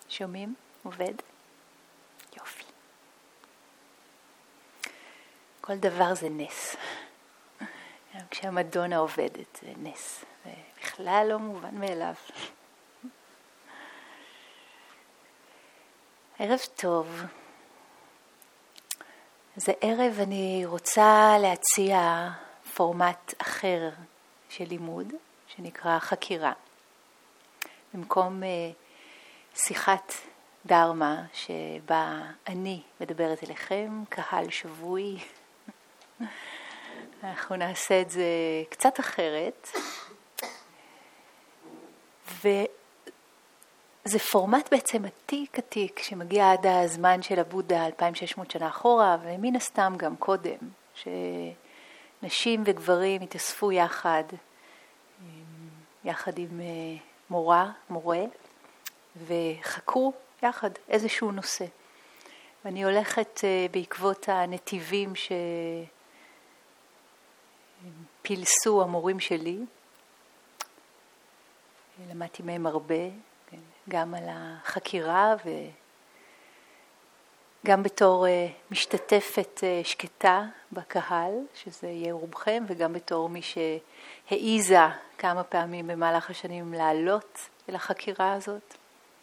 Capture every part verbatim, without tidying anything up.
שומעים? עובד? יופי. כל דבר זה נס. גם כשהמדונה עובדת זה נס. זה בכלל לא מובן מאליו. ערב טוב. אז הערב אני רוצה להציע פורמט אחר של לימוד, שנקרא חקירה. במקום שיחת דרמה שבה אני מדברת אליכם, קהל שבוי, אנחנו נעשה את זה קצת אחרת. וזה פורמט בעצם עתיק עתיק שמגיע עד הזמן של הבודה אלפיים ושש מאות שנה אחורה, ומן הסתם גם קודם, שנשים וגברים התאספו יחד, יחד עם מורה, מורה, וחקרו יחד איזשהו נושא. ואני הולכת בעקבות הנתיבים שפילסו המורים שלי. למדתי מהם הרבה, גם על החקירה וגם בתור משתתפת שקטה בקהל, שזה יהיה רובכם, וגם בתור מי שהעיזה כמה פעמים במהלך השנים לעלות אל החקירה הזאת.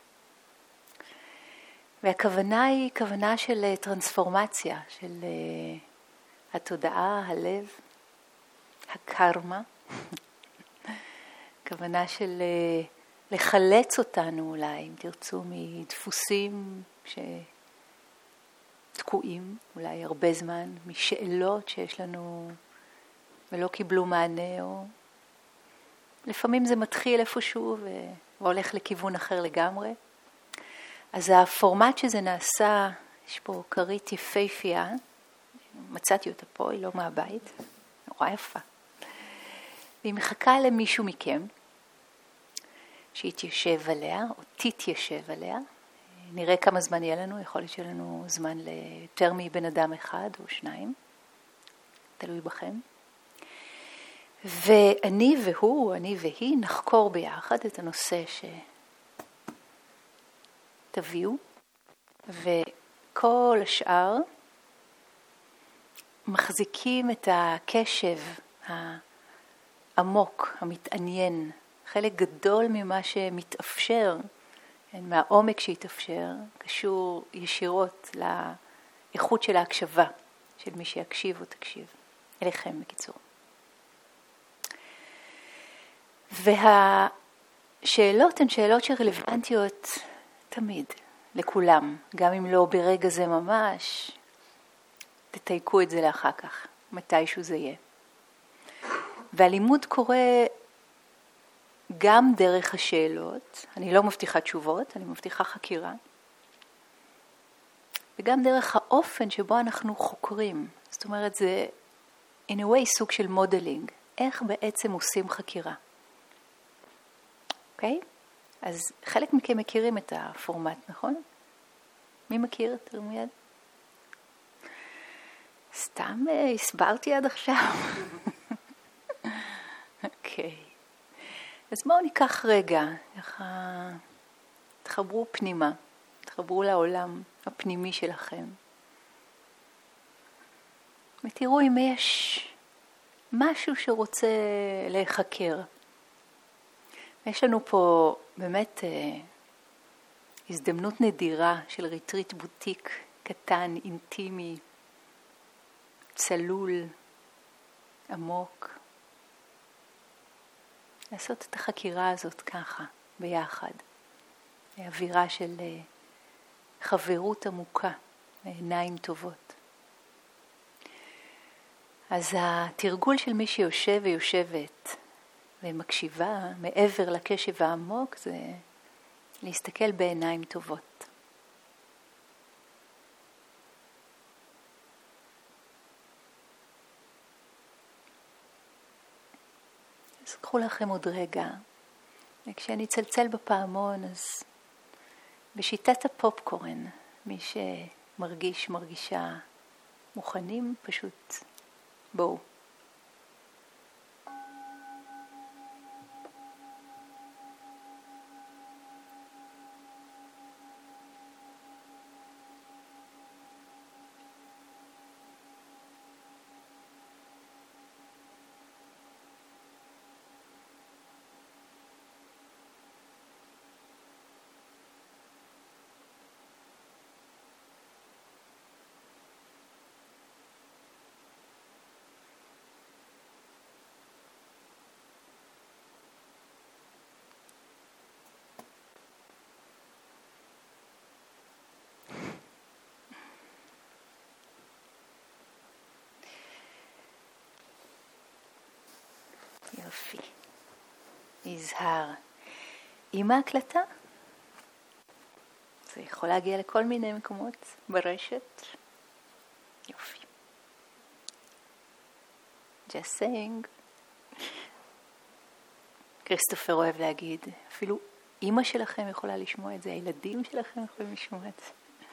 והכוונה היא כוונה של טרנספורמציה, של התודעה, הלב, הקרמה. כוונה של לחלץ אותנו אולי, אם תרצו, מדפוסים שתקועים, אולי הרבה זמן, משאלות שיש לנו ולא קיבלו מענה, או לפעמים זה מתחיל איפשהו והולך לכיוון אחר לגמרי. אז הפורמט שזה נעשה, יש פה קרית יפהפייה, מצאתי אותה פה, היא לא מהבית, נורא יפה. והיא מחכה למישהו מכם, שיתיישב עליה, או תתיישב עליה. נראה כמה זמן יהיה לנו, יכול להיות שיהיה לנו זמן ליותר מבן אדם אחד או שניים, תלוי בכם. ואני והוא, אני והיא, נחקור ביחד את הנושא שתביאו, וכל השאר מחזיקים את הקשב העמוק, המתעניין, חלק גדול ממה שמתאפשר, מהעומק שהתאפשר, קשור ישירות לאיכות של ההקשבה, של מי שיקשיב או תקשיב, אליכם בקיצור. והשאלות הן שאלות שרלוונטיות תמיד, לכולם, גם אם לא ברגע זה ממש, תתייקו את זה לאחר כך, מתישהו זה יהיה. והלימוד קורה גם דרך השאלות, אני לא מבטיחה תשובות, אני מבטיחה חקירה, וגם דרך האופן שבו אנחנו חוקרים. זאת אומרת, זה in a way סוג של מודלינג, איך בעצם עושים חקירה. אוקיי? אז חלק מכם מכירים את הפורמט, נכון? מי מכיר? תראו מיד. סתם הסברתי עד עכשיו. אוקיי. אז בואו ניקח רגע, ככה, תחברו פנימה, תחברו לעולם הפנימי שלכם. ותראו אם יש משהו שרוצה להיחקר. יש לנו פה באמת אה, הזדמנות נדירה של ריטריט בוטיק קטן, אינטימי, צלול, עמוק. לעשות את החקירה הזאת ככה, ביחד. אווירה של חברות עמוקה, עיניים טובות. אז התרגול של מי שיושב ויושבת ומקשיבה מעבר לקשב העמוק, זה להסתכל בעיניים טובות. אז קחו לכם עוד רגע, וכשאני אצלצל בפעמון, אז בשיטת הפופקורן, מי שמרגיש, מרגישה מוכנים, פשוט בואו. יופי. יזהר. עם ההקלטה? זה יכול להגיע לכל מיני מקומות ברשת. יופי. Just saying. כריסטופר אוהב להגיד, אפילו אמא שלכם יכולה לשמוע את זה, הילדים שלכם יכולים לשמוע את זה.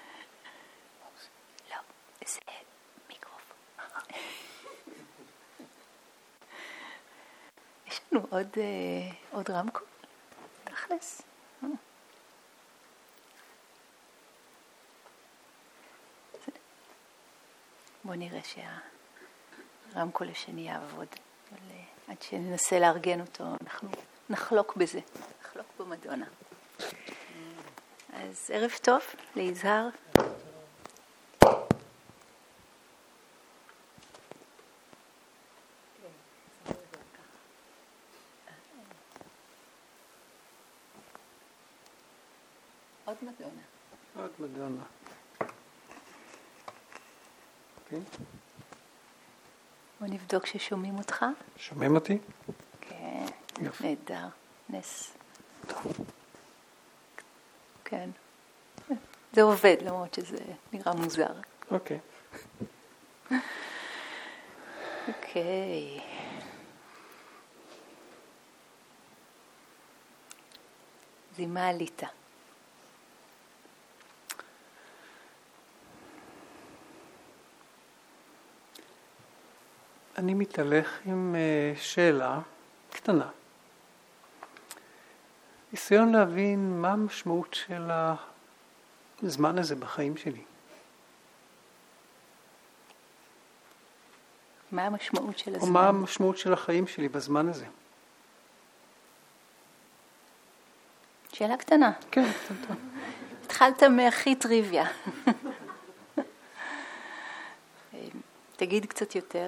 לא, זה מיקרופון. יש לנו עוד, עוד רמקול? תכלס. בואו נראה שהרמקול השני יעבוד. אבל עד שננסה לארגן אותו, אנחנו נחלוק בזה. נחלוק במדונה. אז ערב טוב ליזהר. עוד מדונה. עוד מדונה. אוקיי. בוא נבדוק ששומעים אותך. שומעים אותי? כן, יופי. נהדר. נס. טוב. כן. זה עובד, למרות שזה נראה מוזר. אוקיי. אוקיי. אז עם מה עלית? אני מתהלך עם uh, שאלה קטנה. ניסיון להבין מה המשמעות של הזמן הזה בחיים שלי. מה המשמעות של הזמן? או מה המשמעות של החיים שלי בזמן הזה. שאלה קטנה. כן, קטנה. התחלת מהכי טריוויה. תגיד קצת יותר.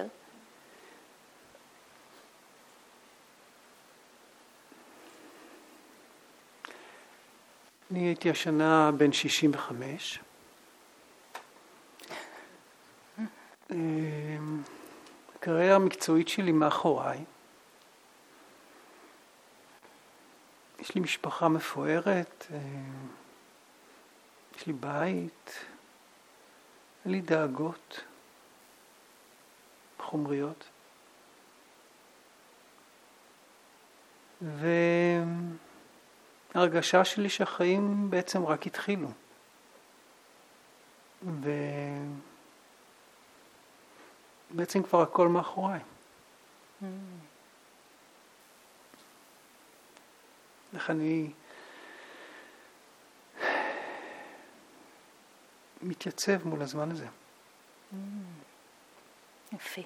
אני הייתי השנה בן שישים וחמש. הקריירה המקצועית שלי מאחוריי. יש לי משפחה מפוארת, יש לי בית, אין לי דאגות חומריות. וההרגשה שלי שהחיים בעצם רק התחילו. ובעצם כבר הכל מאחוריי. Mm. איך אני מתייצב מול הזמן הזה. Mm. יפי.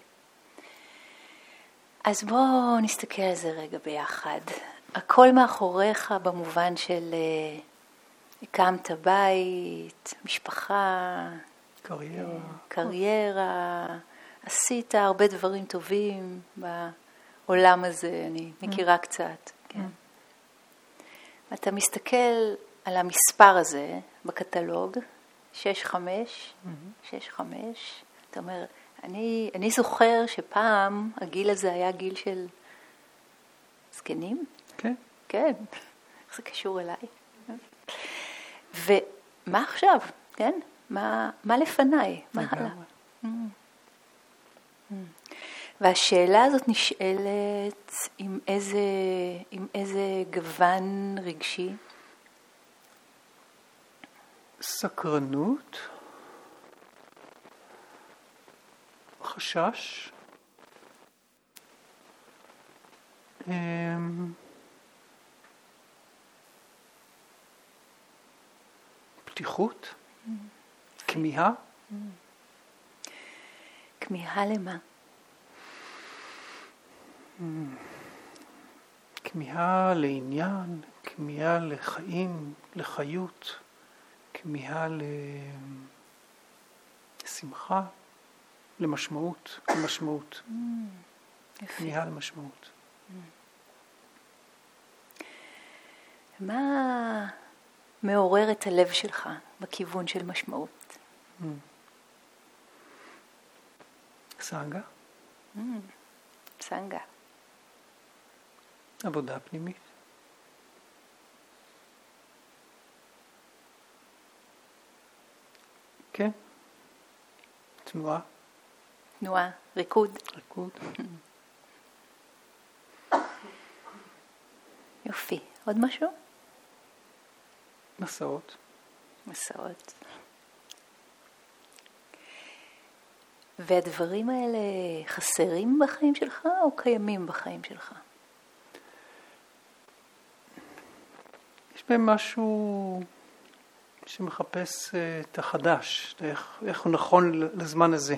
אז בואו נסתכל על זה רגע ביחד. הכל מאחוריך במובן של הקמת בית, משפחה, קריירה. קריירה, עשית הרבה דברים טובים בעולם הזה, אני מכירה קצת. כן. אתה מסתכל על המספר הזה בקטלוג, שש חמש, שש חמש, אתה אומר, אני, אני זוכר שפעם הגיל הזה היה גיל של זקנים. כן. כן. איך זה קשור אליי? ומה עכשיו? כן? מה, מה לפניי? מה הלאה? Mm. Mm. והשאלה הזאת נשאלת עם איזה, עם איזה גוון רגשי? סקרנות. חשש. פתיחות. כמיהה. כמיהה למה? כמיהה לעניין, כמיהה לחיים, לחיות, כמיהה לשמחה. למשמעות, למשמעות. Mm, כמיהה למשמעות. Mm. מה מעורר את הלב שלך בכיוון של משמעות? Mm. סנגה. Mm, סנגה. עבודה פנימית. כן. תנועה. תנועה, ריקוד. ריקוד. יופי. עוד משהו? מסעות. מסעות. והדברים האלה חסרים בחיים שלך או קיימים בחיים שלך? יש בהם משהו שמחפש את החדש, איך, איך הוא נכון לזמן הזה.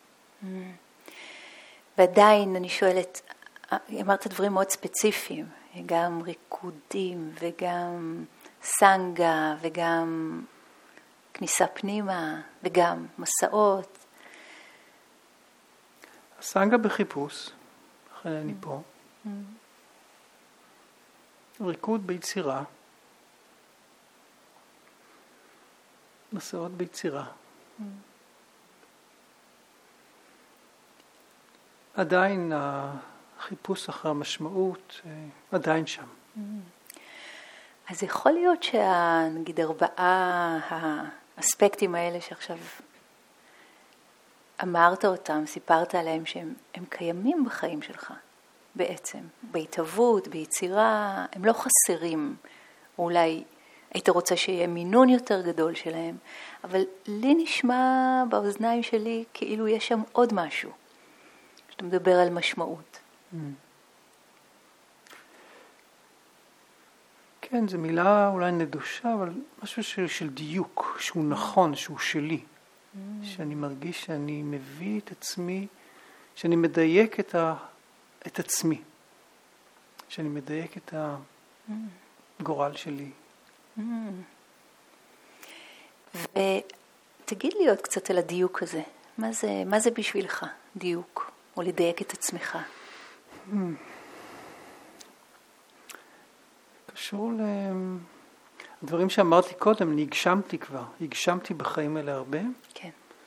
ועדיין אני שואלת, אמרת דברים מאוד ספציפיים, גם ריקודים וגם סנגה וגם כניסה פנימה וגם מסעות. הסנגה בחיפוש, לכן אני פה. ריקוד ביצירה. מסעות ביצירה. עדיין החיפוש אחר המשמעות עדיין שם. אז יכול להיות שנגיד ארבעה האספקטים האלה שעכשיו אמרת אותם, סיפרת עליהם שהם הם קיימים בחיים שלך בעצם, בהתהוות, ביצירה, הם לא חסרים. אולי היית רוצה שיהיה מינון יותר גדול שלהם, אבל לי נשמע באוזניים שלי כאילו יש שם עוד משהו. שאתה מדבר על משמעות. Mm. כן, זו מילה אולי נדושה, אבל משהו של, של דיוק, שהוא נכון, שהוא שלי. Mm. שאני מרגיש שאני מביא את עצמי, שאני מדייק את, ה, את עצמי. שאני מדייק את הגורל שלי. Mm. ותגיד לי עוד קצת על הדיוק הזה. מה זה, מה זה בשבילך, דיוק? או לדייק את עצמך? Hmm. קשור לדברים שאמרתי קודם, אני הגשמתי כבר, הגשמתי בחיים האלה הרבה. כן.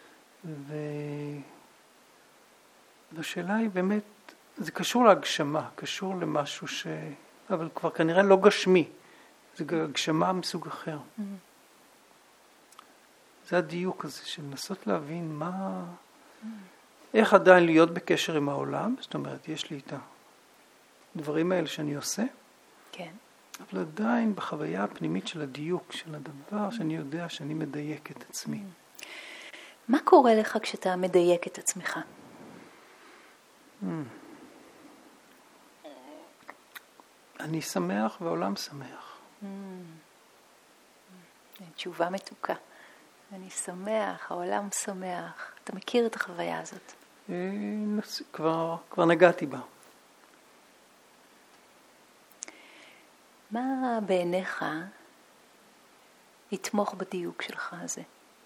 והשאלה היא באמת, זה קשור להגשמה, קשור למשהו ש... אבל כבר כנראה לא גשמי, זה הגשמה מסוג אחר. Hmm. זה הדיוק הזה של לנסות להבין מה... Hmm. איך עדיין להיות בקשר עם העולם, זאת אומרת, יש לי את הדברים האלה שאני עושה, כן. אבל עדיין בחוויה הפנימית של הדיוק, של הדבר שאני יודע שאני מדייק את עצמי. מה קורה לך כשאתה מדייק את עצמך? אני שמח והעולם שמח. תשובה מתוקה. אני שמח, העולם שמח. אתה מכיר את החוויה הזאת? כבר, כבר נגעתי בה. מה בעיניך יתמוך בדיוק שלך הזה?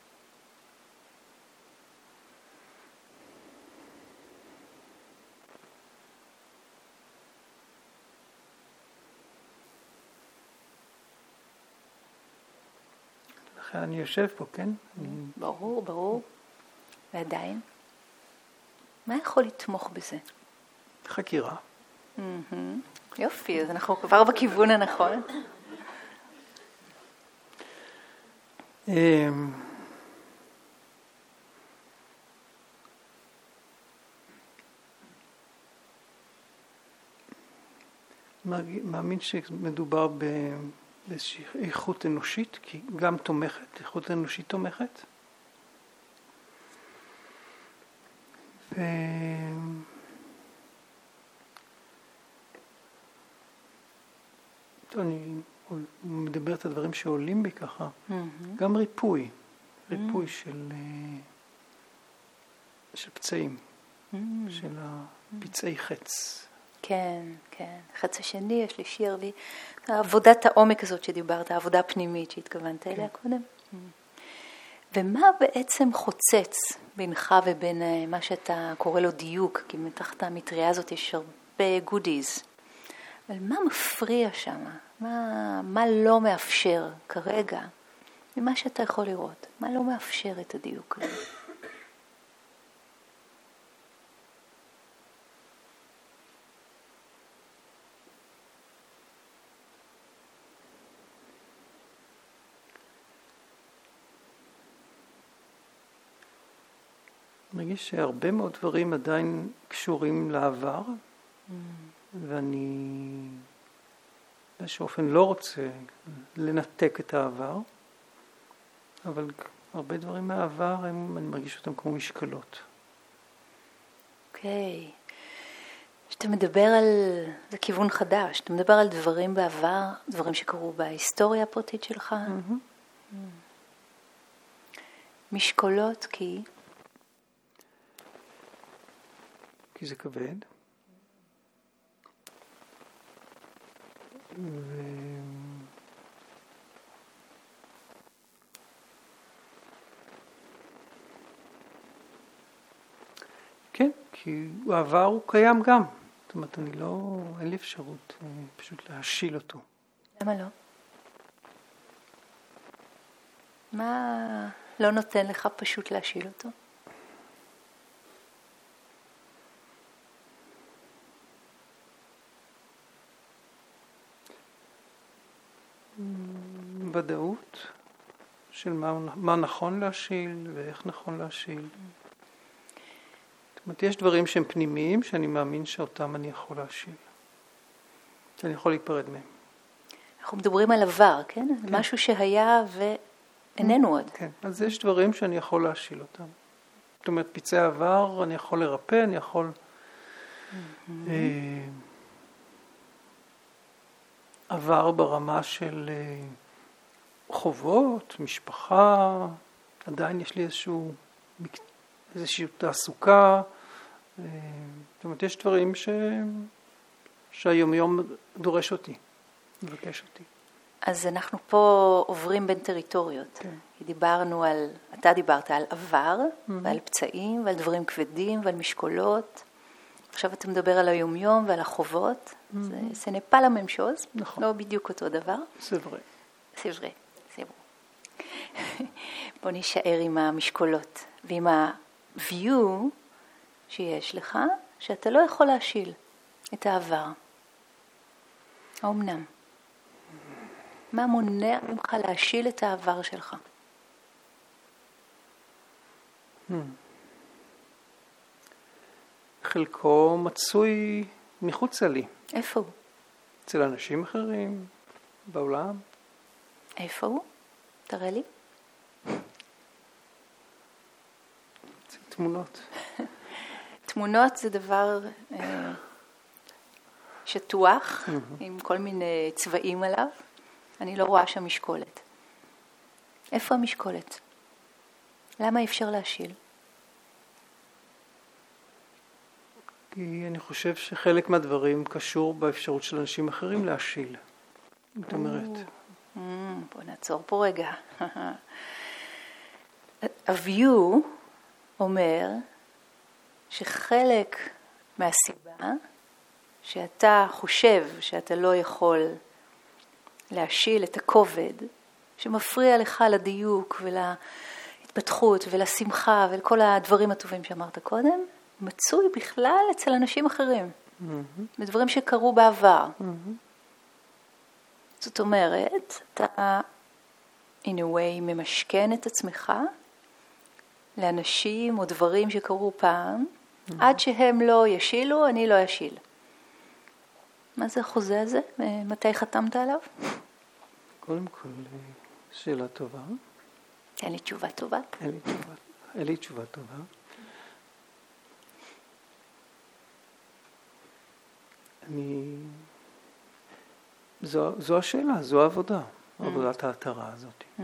לכן אני יושב פה, כן? ברור, ברור. ועדיין? מה יכול לתמוך בזה? חקירה. יופי, אז אנחנו כבר בכיוון הנכון. מאמין שמדובר באיזושהי איכות אנושית, כי גם תומכת, איכות אנושית תומכת. ו... אני מדבר את הדברים שעולים בי ככה. Mm-hmm. גם ריפוי, ריפוי mm-hmm. של, של פצעים, mm-hmm. של הפצעי חץ. כן, כן. חץ השני, יש לי שיר לי. עבודת העומק הזאת שדיברת, העבודה הפנימית שהתכוונת אליה כן. קודם. Mm-hmm. ומה בעצם חוצץ בינך ובין מה שאתה קורא לו דיוק? כי מתחת המטריה הזאת יש הרבה גודיז. אבל מה מפריע שם? מה, מה לא מאפשר כרגע? ממה שאתה יכול לראות. מה לא מאפשר את הדיוק הזה? מרגיש שהרבה מאוד דברים עדיין קשורים לעבר, mm. ואני באיזשהו אופן לא רוצה לנתק את העבר, אבל הרבה דברים מהעבר, הם, אני מרגיש אותם כמו משקלות. אוקיי. Okay. כשאתה מדבר על, זה כיוון חדש, אתה מדבר על דברים בעבר, דברים שקרו בהיסטוריה הפרטית שלך. Mm-hmm. Mm. משקולות כי? כי זה כבד. ו... כן, כי העבר הוא קיים גם. זאת אומרת, אני לא, אין לי אפשרות פשוט להשיל אותו. למה לא? מה לא נותן לך פשוט להשיל אותו? ודאות של מה, מה נכון להשיל ואיך נכון להשיל. זאת אומרת, יש דברים שהם פנימיים שאני מאמין שאותם אני יכול להשיל. שאני יכול להיפרד מהם. אנחנו מדברים על עבר, כן? כן. משהו שהיה ואיננו עוד. כן, אז יש דברים שאני יכול להשיל אותם. זאת אומרת, פצעי עבר אני יכול לרפא, אני יכול... Mm-hmm. אה, עבר ברמה של אה, חובות, משפחה, עדיין יש לי איזשהו, איזושהי תעסוקה, אה, זאת אומרת, יש דברים ש... שהיום-יום דורש אותי, מבקש אותי. אז אנחנו פה עוברים בין טריטוריות. כן. דיברנו על, אתה דיברת על עבר, mm-hmm. ועל פצעים, ועל דברים כבדים, ועל משקולות. עכשיו אתה מדבר על היומיום ועל החובות. Mm-hmm. זה, זה נפל הממשוז, נכון. לא בדיוק אותו דבר. סברי. סברי, סברי. בוא נשאר עם המשקולות, ועם ה-view שיש לך, שאתה לא יכול להשיל את העבר. האומנם. מה מונע ממך להשיל את העבר שלך? Hmm. חלקו מצוי מחוץ לי. איפה הוא? אצל אנשים אחרים, בעולם. איפה הוא? תראה לי. אצל תמונות. תמונות זה דבר אה, שטוח, mm-hmm. עם כל מיני צבעים עליו. אני לא רואה שם משקולת. איפה המשקולת? למה אי אפשר להשיל? כי אני חושב שחלק מהדברים קשור באפשרות של אנשים אחרים להשיל. זאת אומרת. בוא נעצור פה רגע. ה-view אומר שחלק מהסיבה שאתה חושב שאתה לא יכול להשיל את הכובד שמפריע לך לדיוק ולהתפתחות ולשמחה ולכל הדברים הטובים שאמרת קודם, מצוי בכלל אצל אנשים אחרים, mm-hmm. בדברים שקרו בעבר. Mm-hmm. זאת אומרת, אתה in a way ממשכן את עצמך לאנשים או דברים שקרו פעם, mm-hmm. עד שהם לא ישילו, אני לא ישיל. מה זה החוזה הזה? מתי חתמת עליו? קודם כל, שאלה טובה. אין לי תשובה טובה. אין לי תשובה, אין לי תשובה טובה. אני... זו, זו השאלה, זו העבודה, mm. עבודת ההתרה הזאת. Mm.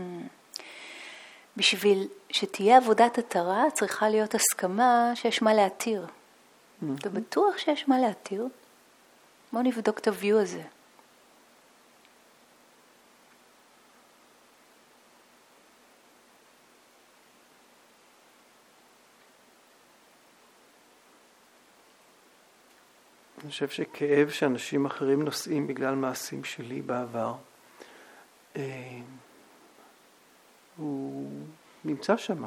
בשביל שתהיה עבודת התרה, צריכה להיות הסכמה שיש מה להתיר. Mm-hmm. אתה בטוח שיש מה להתיר? בוא נבדוק את הוויו הזה. אני חושב שכאב שאנשים אחרים נושאים בגלל מעשים שלי בעבר, אה, הוא נמצא שם.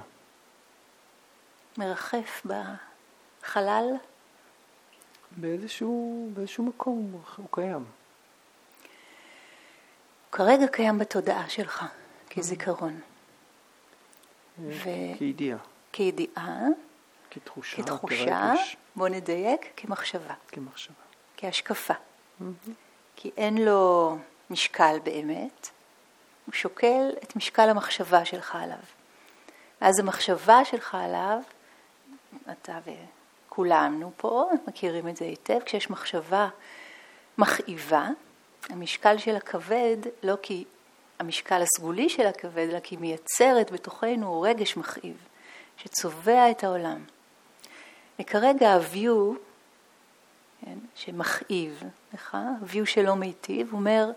מרחף בחלל? באיזשהו, באיזשהו מקום הוא, הוא קיים. הוא כרגע קיים בתודעה שלך, כזיכרון. ו... כידיעה. כידיעה, כתחושה, כתחושה, כרגש. בוא נדייק, כמחשבה, כמחשבה. כהשקפה. Mm-hmm. כי אין לו משקל באמת, הוא שוקל את משקל המחשבה שלך עליו. ואז המחשבה שלך עליו, אתה וכולנו פה מכירים את זה היטב, כשיש מחשבה מכאיבה, המשקל של הכבד, לא כי המשקל הסגולי של הכבד, אלא כי מייצרת בתוכנו רגש מכאיב, שצובע את העולם. וכרגע ה-view, כן, שמכאיב לך, ה-view שלא מיטיב, אומר,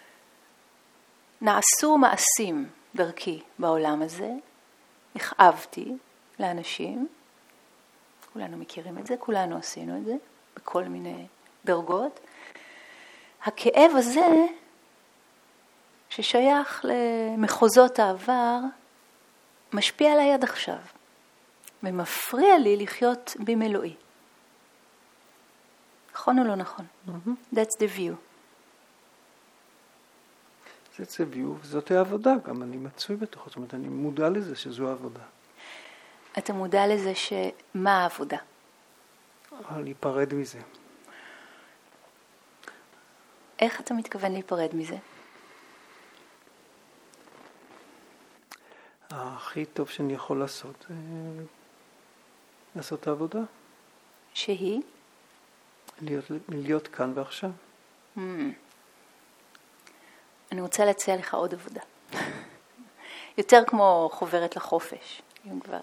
נעשו מעשים דרכי בעולם הזה, הכאבתי לאנשים, כולנו מכירים את זה, כולנו עשינו את זה, בכל מיני דרגות. הכאב הזה, ששייך למחוזות העבר, משפיע עליי עד עכשיו, ומפריע לי לחיות במלואי. נכון או לא נכון? Mm-hmm. That's the view. זה view, וזאת העבודה, גם אני מצוי בתוך, זאת אומרת, אני מודע לזה שזו העבודה. אתה מודע לזה שמה העבודה? להיפרד מזה. איך אתה מתכוון להיפרד מזה? הכי טוב שאני יכול לעשות, לעשות את העבודה. שהיא? להיות, להיות כאן ועכשיו. Mm. אני רוצה להציע לך עוד עבודה. יותר כמו חוברת לחופש, אם כבר.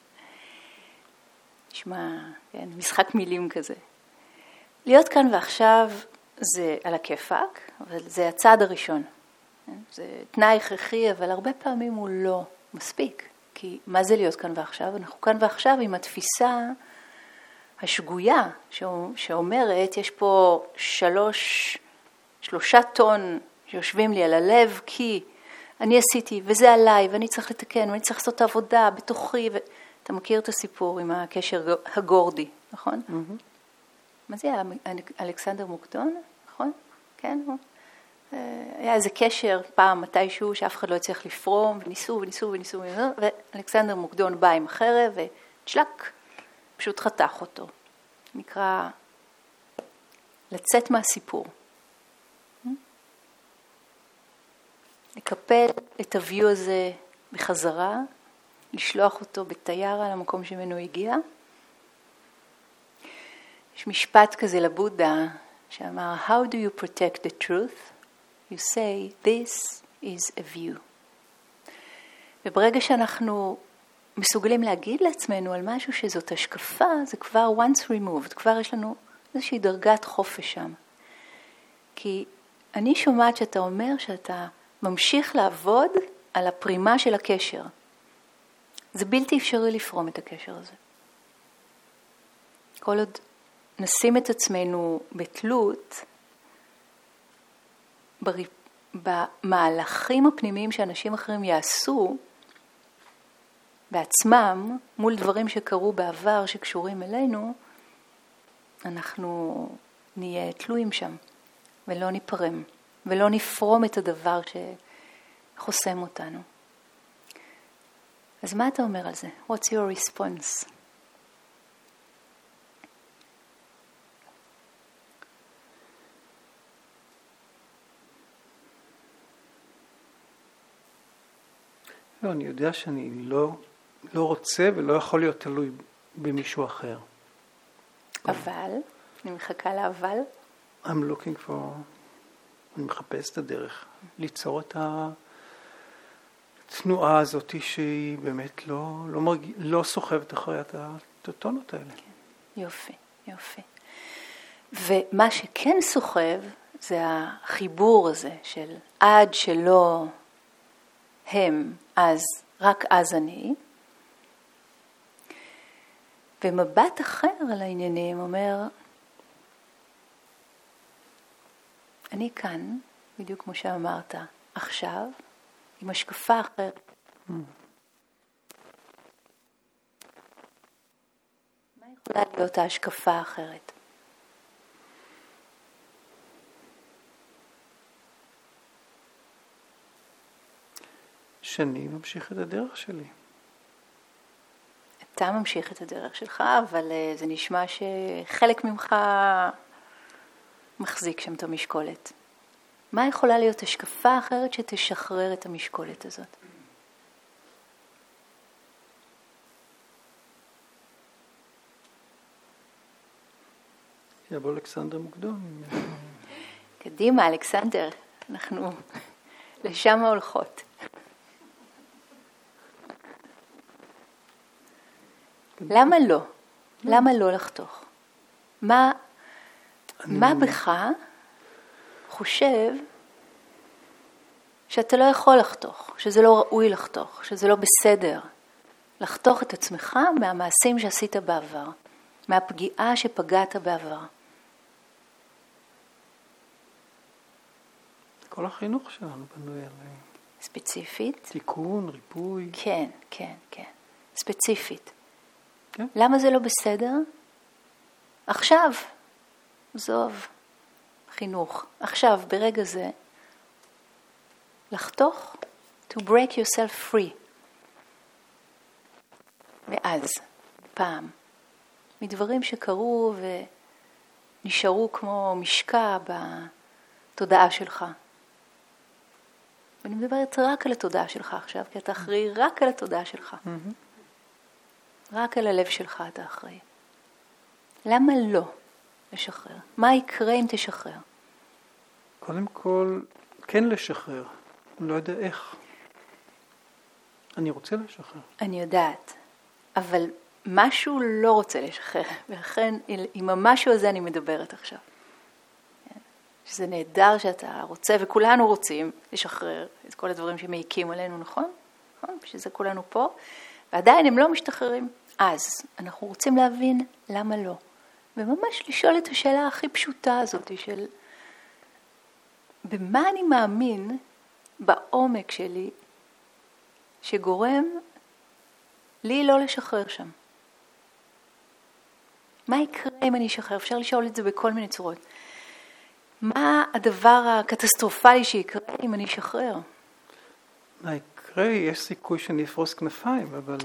נשמע, כן, משחק מילים כזה. להיות כאן ועכשיו זה על הכיפק, אבל זה הצעד הראשון. זה תנאי הכרחי, אבל הרבה פעמים הוא לא מספיק. כי מה זה להיות כאן ועכשיו? אנחנו כאן ועכשיו עם התפיסה השגויה שאומרת, יש פה שלוש, שלושה טון שיושבים לי על הלב, כי אני עשיתי וזה עליי, ואני צריך לתקן, ואני צריך לעשות את העבודה בתוכי. ו... אתה מכיר את הסיפור עם הקשר הגורדי, נכון? Mm-hmm. מה זה היה? אלכסנדר מוקדון, נכון? כן? היה איזה קשר פעם מתישהו שאף אחד לא הצליח לפרום, וניסו וניסו וניסו, ואלכסנדר מוקדון בא עם החרב, וצ'לק, פשוט חתך אותו. נקרא לצאת מהסיפור. לקפל את הוויו הזה בחזרה, לשלוח אותו בתיירה למקום שמנו הגיע. יש משפט כזה לבודה שאמר, How do you protect the truth? You say, this is a view. וברגע שאנחנו מסוגלים להגיד לעצמנו על משהו שזאת השקפה, זה כבר once removed, כבר יש לנו איזושהי דרגת חופש שם. כי אני שומעת שאתה אומר שאתה ממשיך לעבוד על הפרימה של הקשר. זה בלתי אפשרי לפרום את הקשר הזה. כל עוד נשים את עצמנו בתלות, במהלכים הפנימיים שאנשים אחרים יעשו בעצמם, מול דברים שקרו בעבר שקשורים אלינו, אנחנו נהיה תלויים שם, ולא ניפרם, ולא נפרום את הדבר שחוסם אותנו. אז מה אתה אומר על זה? What's your response? לא, אני יודע שאני לא, לא רוצה ולא יכול להיות תלוי במישהו אחר. אבל, אני מחכה לאבל. I'm looking for, אני מחפש את הדרך, ליצור את התנועה הזאת שהיא באמת לא, לא, מרג... לא סוחבת אחרי הטוטונות האלה. כן, יופי, יופי. ומה שכן סוחב זה החיבור הזה של עד שלא הם, אז רק אז אני. ומבט אחר על העניינים אומר, אני כאן, בדיוק כמו שאמרת, עכשיו, עם השקפה אחרת. Mm. מה יכולה להיות ההשקפה האחרת? שאני ממשיך את הדרך שלי. אתה ממשיך את הדרך שלך, אבל זה נשמע שחלק ממך מחזיק שם את המשקולת. מה יכולה להיות השקפה אחרת שתשחרר את המשקולת הזאת? יבוא אלכסנדר מוקדום. קדימה, אלכסנדר, אנחנו לשם הולכות. למה לא? למה לא לחתוך? מה, מה בך חושב שאתה לא יכול לחתוך, שזה לא ראוי לחתוך, שזה לא בסדר? לחתוך את עצמך מהמעשים שעשית בעבר, מהפגיעה שפגעת בעבר. כל החינוך שלנו בנוי על ספציפית? תיקון, ריפוי. כן, כן, כן. ספציפית. כן. למה זה לא בסדר? עכשיו, זוב, חינוך. עכשיו, ברגע זה, לחתוך, to break yourself free. ואז, פעם, מדברים שקרו ונשארו כמו משקע בתודעה שלך. ואני מדברת רק על התודעה שלך עכשיו, כי אתה אחראי רק על התודעה שלך. Mm-hmm. רק על הלב שלך אתה אחראי. למה לא לשחרר? מה יקרה אם תשחרר? קודם כל, כן לשחרר. אני לא יודע איך. אני רוצה לשחרר. אני יודעת, אבל משהו לא רוצה לשחרר, ולכן עם המשהו הזה אני מדברת עכשיו. שזה נהדר שאתה רוצה, וכולנו רוצים לשחרר את כל הדברים שמעיקים עלינו, נכון? נכון? שזה כולנו פה, ועדיין הם לא משתחררים. אז אנחנו רוצים להבין למה לא. וממש לשאול את השאלה הכי פשוטה הזאת של במה אני מאמין בעומק שלי שגורם לי לא לשחרר שם. מה יקרה אם אני אשחרר? אפשר לשאול את זה בכל מיני צורות. מה הדבר הקטסטרופלי שיקרה אם אני אשחרר? מה יקרה? יש סיכוי שאני אפרוס כנפיים, אבל...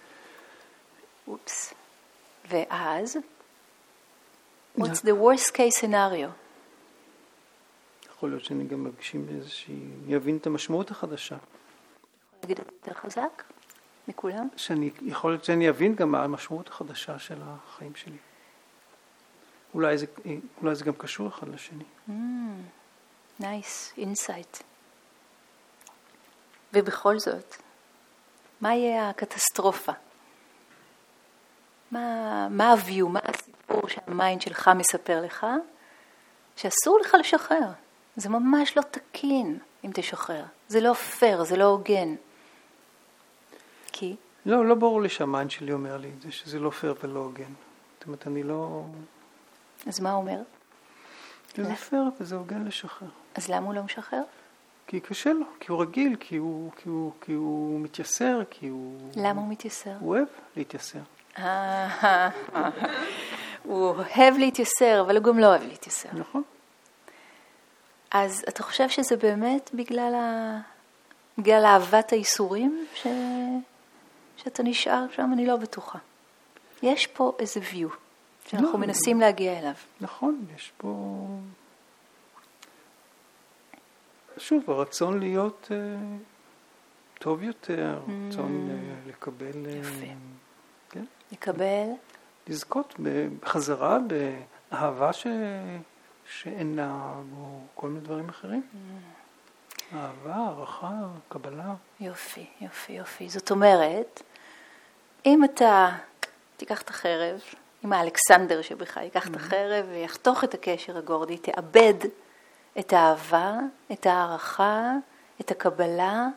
אופס. ואז? What's the worst case scenario? יכול להיות שאני גם מרגישים איזושהי... אני אבין את המשמעות החדשה. יכול להגיד את זה יותר חזק? מכולם? שאני, יכול להיות שאני אבין גם מה המשמעות החדשה של החיים שלי. אולי זה, אולי זה גם קשור אחד לשני. Mm, nice, insight. ובכל זאת, מה יהיה הקטסטרופה? מה, מה הוויו, מה הסיפור שהמיינד שלך מספר לך? שאסור לך לשחרר. זה ממש לא תקין אם תשחרר. זה לא פייר, זה לא הוגן. כי? לא, לא ברור לי שהמיינד שלי אומר לי את זה, שזה לא פייר ולא הוגן. זאת אומרת, אני לא... אז מה הוא אומר? זה פייר וזה הוגן לשחרר. אז למה הוא לא משחרר? כי קשה לו, כי הוא רגיל, כי הוא, כי הוא, כי הוא מתייסר, כי הוא... למה הוא מתייסר? הוא אוהב להתייסר. הוא אוהב להתייסר, אבל הוא גם לא אוהב להתייסר. נכון. אז אתה חושב שזה באמת בגלל, ה... בגלל אהבת האיסורים ש... שאתה נשאר שם? אני לא בטוחה. יש פה איזה view שאנחנו לא, מנסים להגיע אליו. נכון, יש פה... שוב, הרצון להיות uh, טוב יותר, mm. רצון uh, לקבל... יפה. Uh, כן? לקבל? לזכות בחזרה, באהבה ש... שאינה, או כל מיני דברים אחרים. Mm. אהבה, הערכה, קבלה. יופי, יופי, יופי. זאת אומרת, אם אתה תיקח את החרב, אם האלכסנדר שבך ייקח את החרב ויחתוך את הקשר הגורדי, תאבד את האהבה, את הערכה, את הקבלה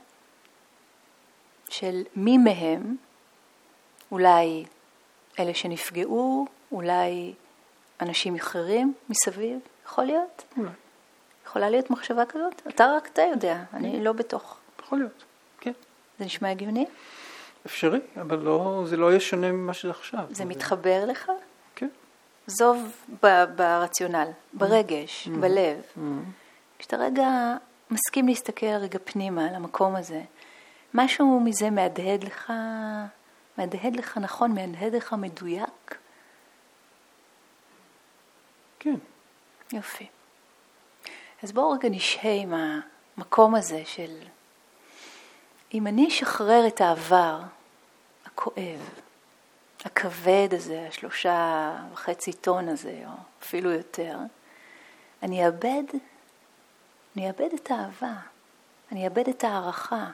של מי מהם, אולי אלה שנפגעו, אולי אנשים אחרים מסביב, יכול להיות? אולי. יכולה להיות מחשבה כזאת? אתה רק אתה יודע, אני לא בתוך. יכול להיות, כן. זה נשמע הגיוני? אפשרי, אבל לא, זה לא יהיה שונה ממה שזה עכשיו. זה מתחבר לך? כן. זוב ברציונל, ברגש, בלב. כשאתה רגע מסכים להסתכל רגע פנימה על המקום הזה, משהו מזה מהדהד לך מהדהד לך נכון, מהדהד לך מדויק? כן. יופי. אז בואו רגע נשהה עם המקום הזה של אם אני אשחרר את העבר הכואב, הכבד הזה, השלושה וחצי טון הזה, או אפילו יותר, אני אאבד, אני אאבד את האהבה, אני אאבד את הערכה.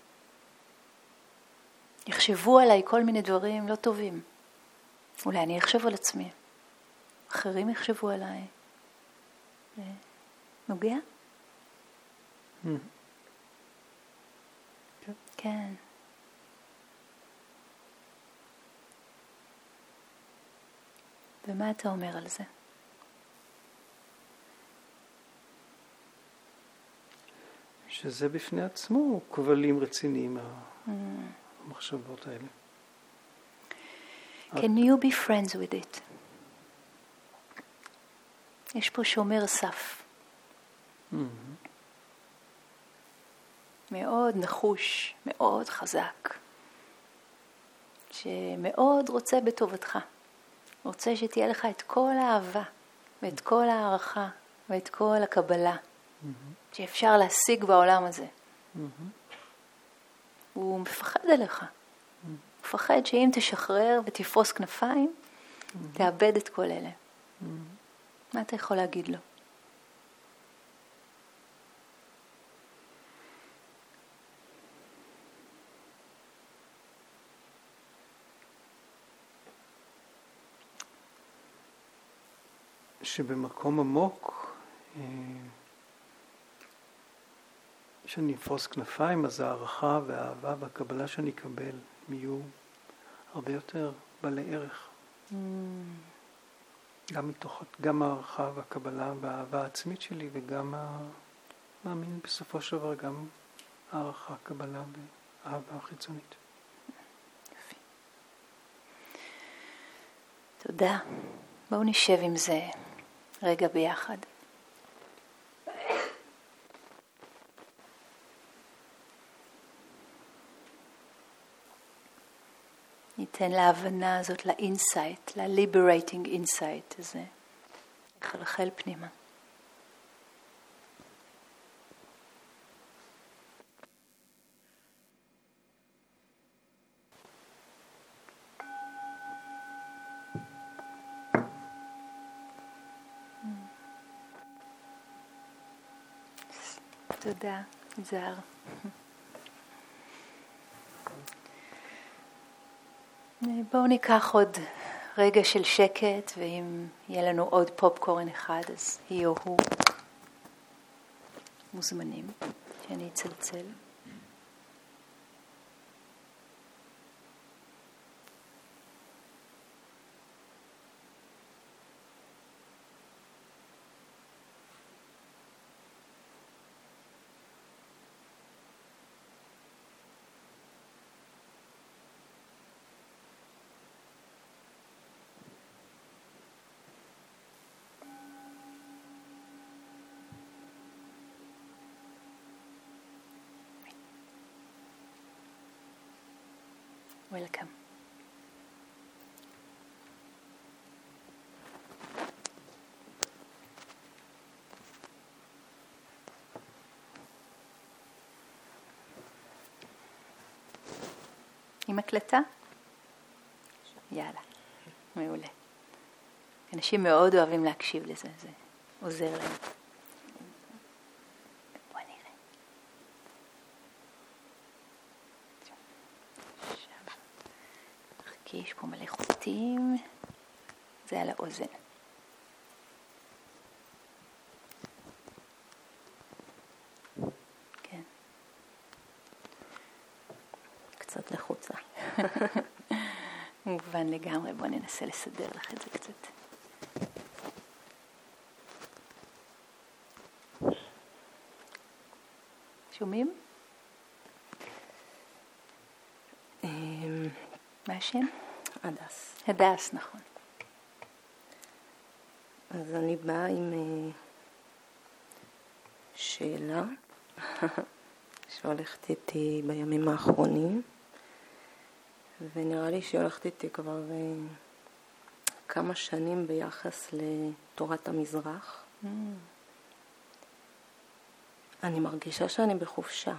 יחשבו עליי כל מיני דברים לא טובים. אולי אני אחשב על עצמי. אחרים יחשבו עליי. נוגע? Mm. כן. כן. ומה אתה אומר על זה? שזה בפני עצמו כבלים רציניים, mm. המחשבות האלה. Can you be friends with it? יש פה שומר סף. Mm-hmm. מאוד נחוש, מאוד חזק. שמאוד רוצה בטובתך. רוצה שתהיה לך את כל האהבה, ואת כל הערכה, ואת כל הקבלה. Mm-hmm. שאפשר להשיג בעולם הזה. Mm-hmm. הוא מפחד עליך. Mm-hmm. הוא מפחד שאם תשחרר ותפרוס כנפיים, mm-hmm. תאבד את כל אלה. Mm-hmm. מה אתה יכול להגיד לו? שבמקום עמוק, שאני אפרוס כנפיים, אז הערכה והאהבה והקבלה שאני אקבל יהיו הרבה יותר בעלי ערך. Mm. גם מתוך, גם הערכה והקבלה והאהבה העצמית שלי, וגם מאמין בסופו של דבר גם הערכה, קבלה ואהבה החיצונית. יופי. תודה. בואו נשב עם זה רגע ביחד. ניתן להבנה הזאת, לאינסייט, ל-liberating insight הזה, לחלחל פנימה. תודה, זר. בואו ניקח עוד רגע של שקט, ואם יהיה לנו עוד פופקורן אחד, אז היא או הוא מוזמנים, שאני אצלצל. Welcome. עם הקלטה? יאללה, מעולה. אנשים מאוד אוהבים להקשיב לזה, זה עוזר להם. בוא נראה. עכשיו, חכי, יש פה מלא חוטים. זה על האוזן. כן. קצת לחוצה. מובן לגמרי, בוא ננסה לסדר לך את זה קצת. שומעים? מה השם? הדס. הדס, נכון. אז אני באה עם שאלה שהולכת איתי בימים האחרונים, ונראה לי שהיא הולכת איתי כבר uh, כמה שנים ביחס לתורת המזרח. Mm. אני מרגישה שאני בחופשה.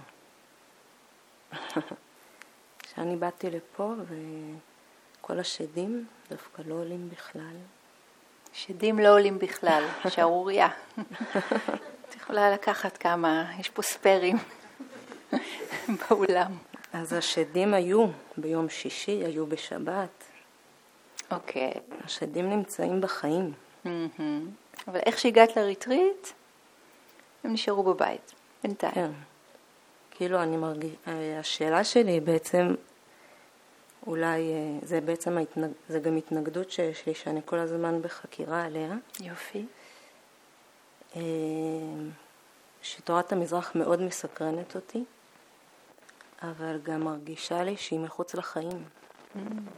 כשאני באתי לפה וכל השדים דווקא לא עולים בכלל. שדים לא עולים בכלל, שערוריה. את יכולה לקחת כמה, יש פה ספרים באולם. אז השדים היו ביום שישי, היו בשבת. אוקיי. השדים נמצאים בחיים. אבל איך שהגעת לריטריט, הם נשארו בבית, בינתיים. כן. כאילו אני מרגיש, השאלה שלי בעצם, אולי זה בעצם, ההתנג... זה גם התנגדות שיש לי, שאני כל הזמן בחקירה עליה. יופי. שתורת המזרח מאוד מסקרנת אותי, אבל גם מרגישה לי שהיא מחוץ לחיים. Mm.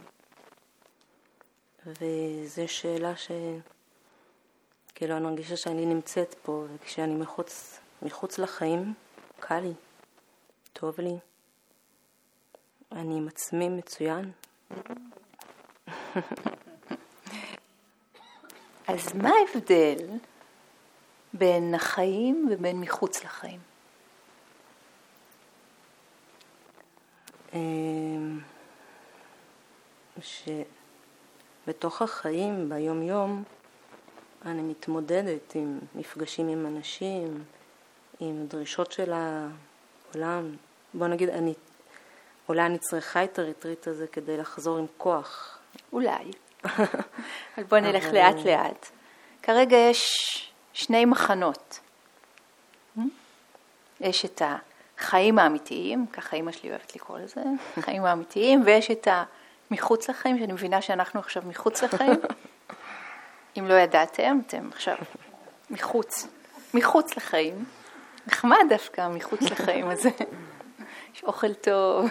וזו שאלה ש... כאילו אני מרגישה שאני נמצאת פה, וכשאני מחוץ, מחוץ לחיים, קל לי, טוב לי. אני עם עצמי מצוין. אז מה ההבדל בין החיים ובין מחוץ לחיים? שבתוך החיים, ביום יום, אני מתמודדת עם מפגשים עם אנשים, עם דרישות של העולם. בוא נגיד, אני, אולי אני צריכה את הריטריט הזה כדי לחזור עם כוח. אולי. אבל בוא נלך אבל... לאט לאט. כרגע יש שני מחנות. יש את החיים האמיתיים, ככה אמא שלי אוהבת לקרוא לזה, חיים האמיתיים, ויש את המחוץ לחיים, שאני מבינה שאנחנו עכשיו מחוץ לחיים. אם לא ידעתם, אתם עכשיו מחוץ, מחוץ לחיים. נחמד דווקא מחוץ לחיים הזה. יש אוכל טוב.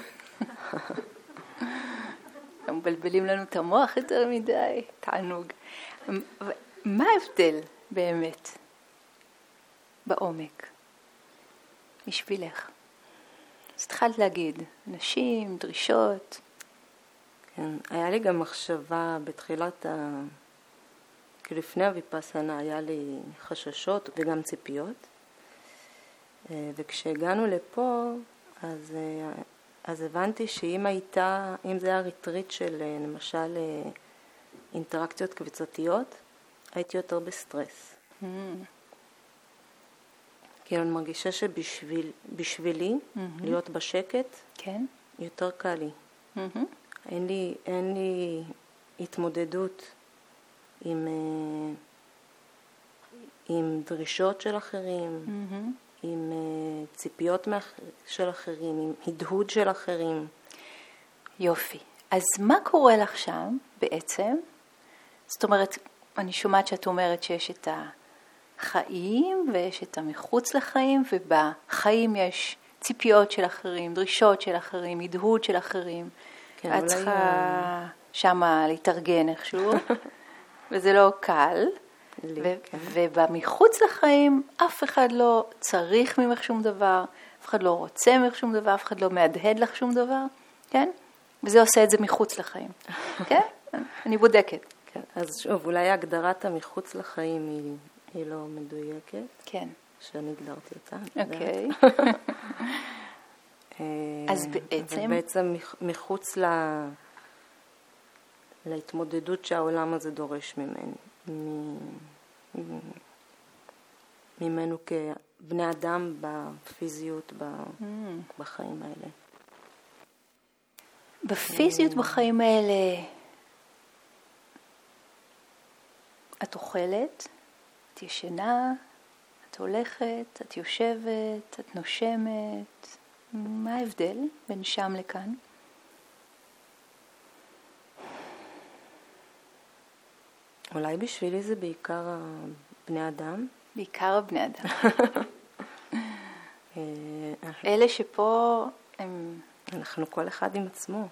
הם מבלבלים לנו את המוח יותר מדי, תענוג. מה ההבדל באמת בעומק? בשבילך. אז התחלת להגיד, נשים, דרישות. כן, היה לי גם מחשבה בתחילת ה... כי לפני הוויפאסנה היה לי חששות וגם ציפיות. וכשהגענו לפה, אז, אז הבנתי שאם הייתה, אם זה היה ריטריט של למשל אינטראקציות קבוצתיות, הייתי יותר בסטרס. Mm. כי אני מרגישה שבשביל, בשבילי mm-hmm. להיות בשקט, כן. יותר קל לי. Mm-hmm. אין לי, אין לי התמודדות עם, עם דרישות של אחרים, mm-hmm. עם ציפיות של אחרים, עם הדהוד של אחרים. יופי. אז מה קורה לך שם בעצם? זאת אומרת, אני שומעת שאת אומרת שיש את החיים ויש את המחוץ לחיים, ובחיים יש ציפיות של אחרים, דרישות של אחרים, הדהוד של אחרים. כן, את צריכה שמה להתארגן איכשהו, וזה לא קל. ו- כן. ובמחוץ לחיים אף אחד לא צריך ממך שום דבר, אף אחד לא רוצה ממך שום דבר, אף אחד לא מהדהד לך שום דבר, כן? וזה עושה את זה מחוץ לחיים, כן? אני בודקת. כן. אז שוב, אולי הגדרת המחוץ לחיים היא, היא לא מדויקת. כן. שאני הגדרתי אותה. אוקיי. אז בעצם... בעצם מחוץ ל... להתמודדות שהעולם הזה דורש ממני. ממנו כבני אדם בפיזיות בחיים האלה. בפיזיות בחיים האלה את אוכלת, את ישנה, את הולכת, את יושבת, את נושמת. מה ההבדל בין שם לכאן? אולי בשבילי זה בעיקר בני אדם. בעיקר הבני אדם. אלה שפה הם... אנחנו כל אחד עם עצמו.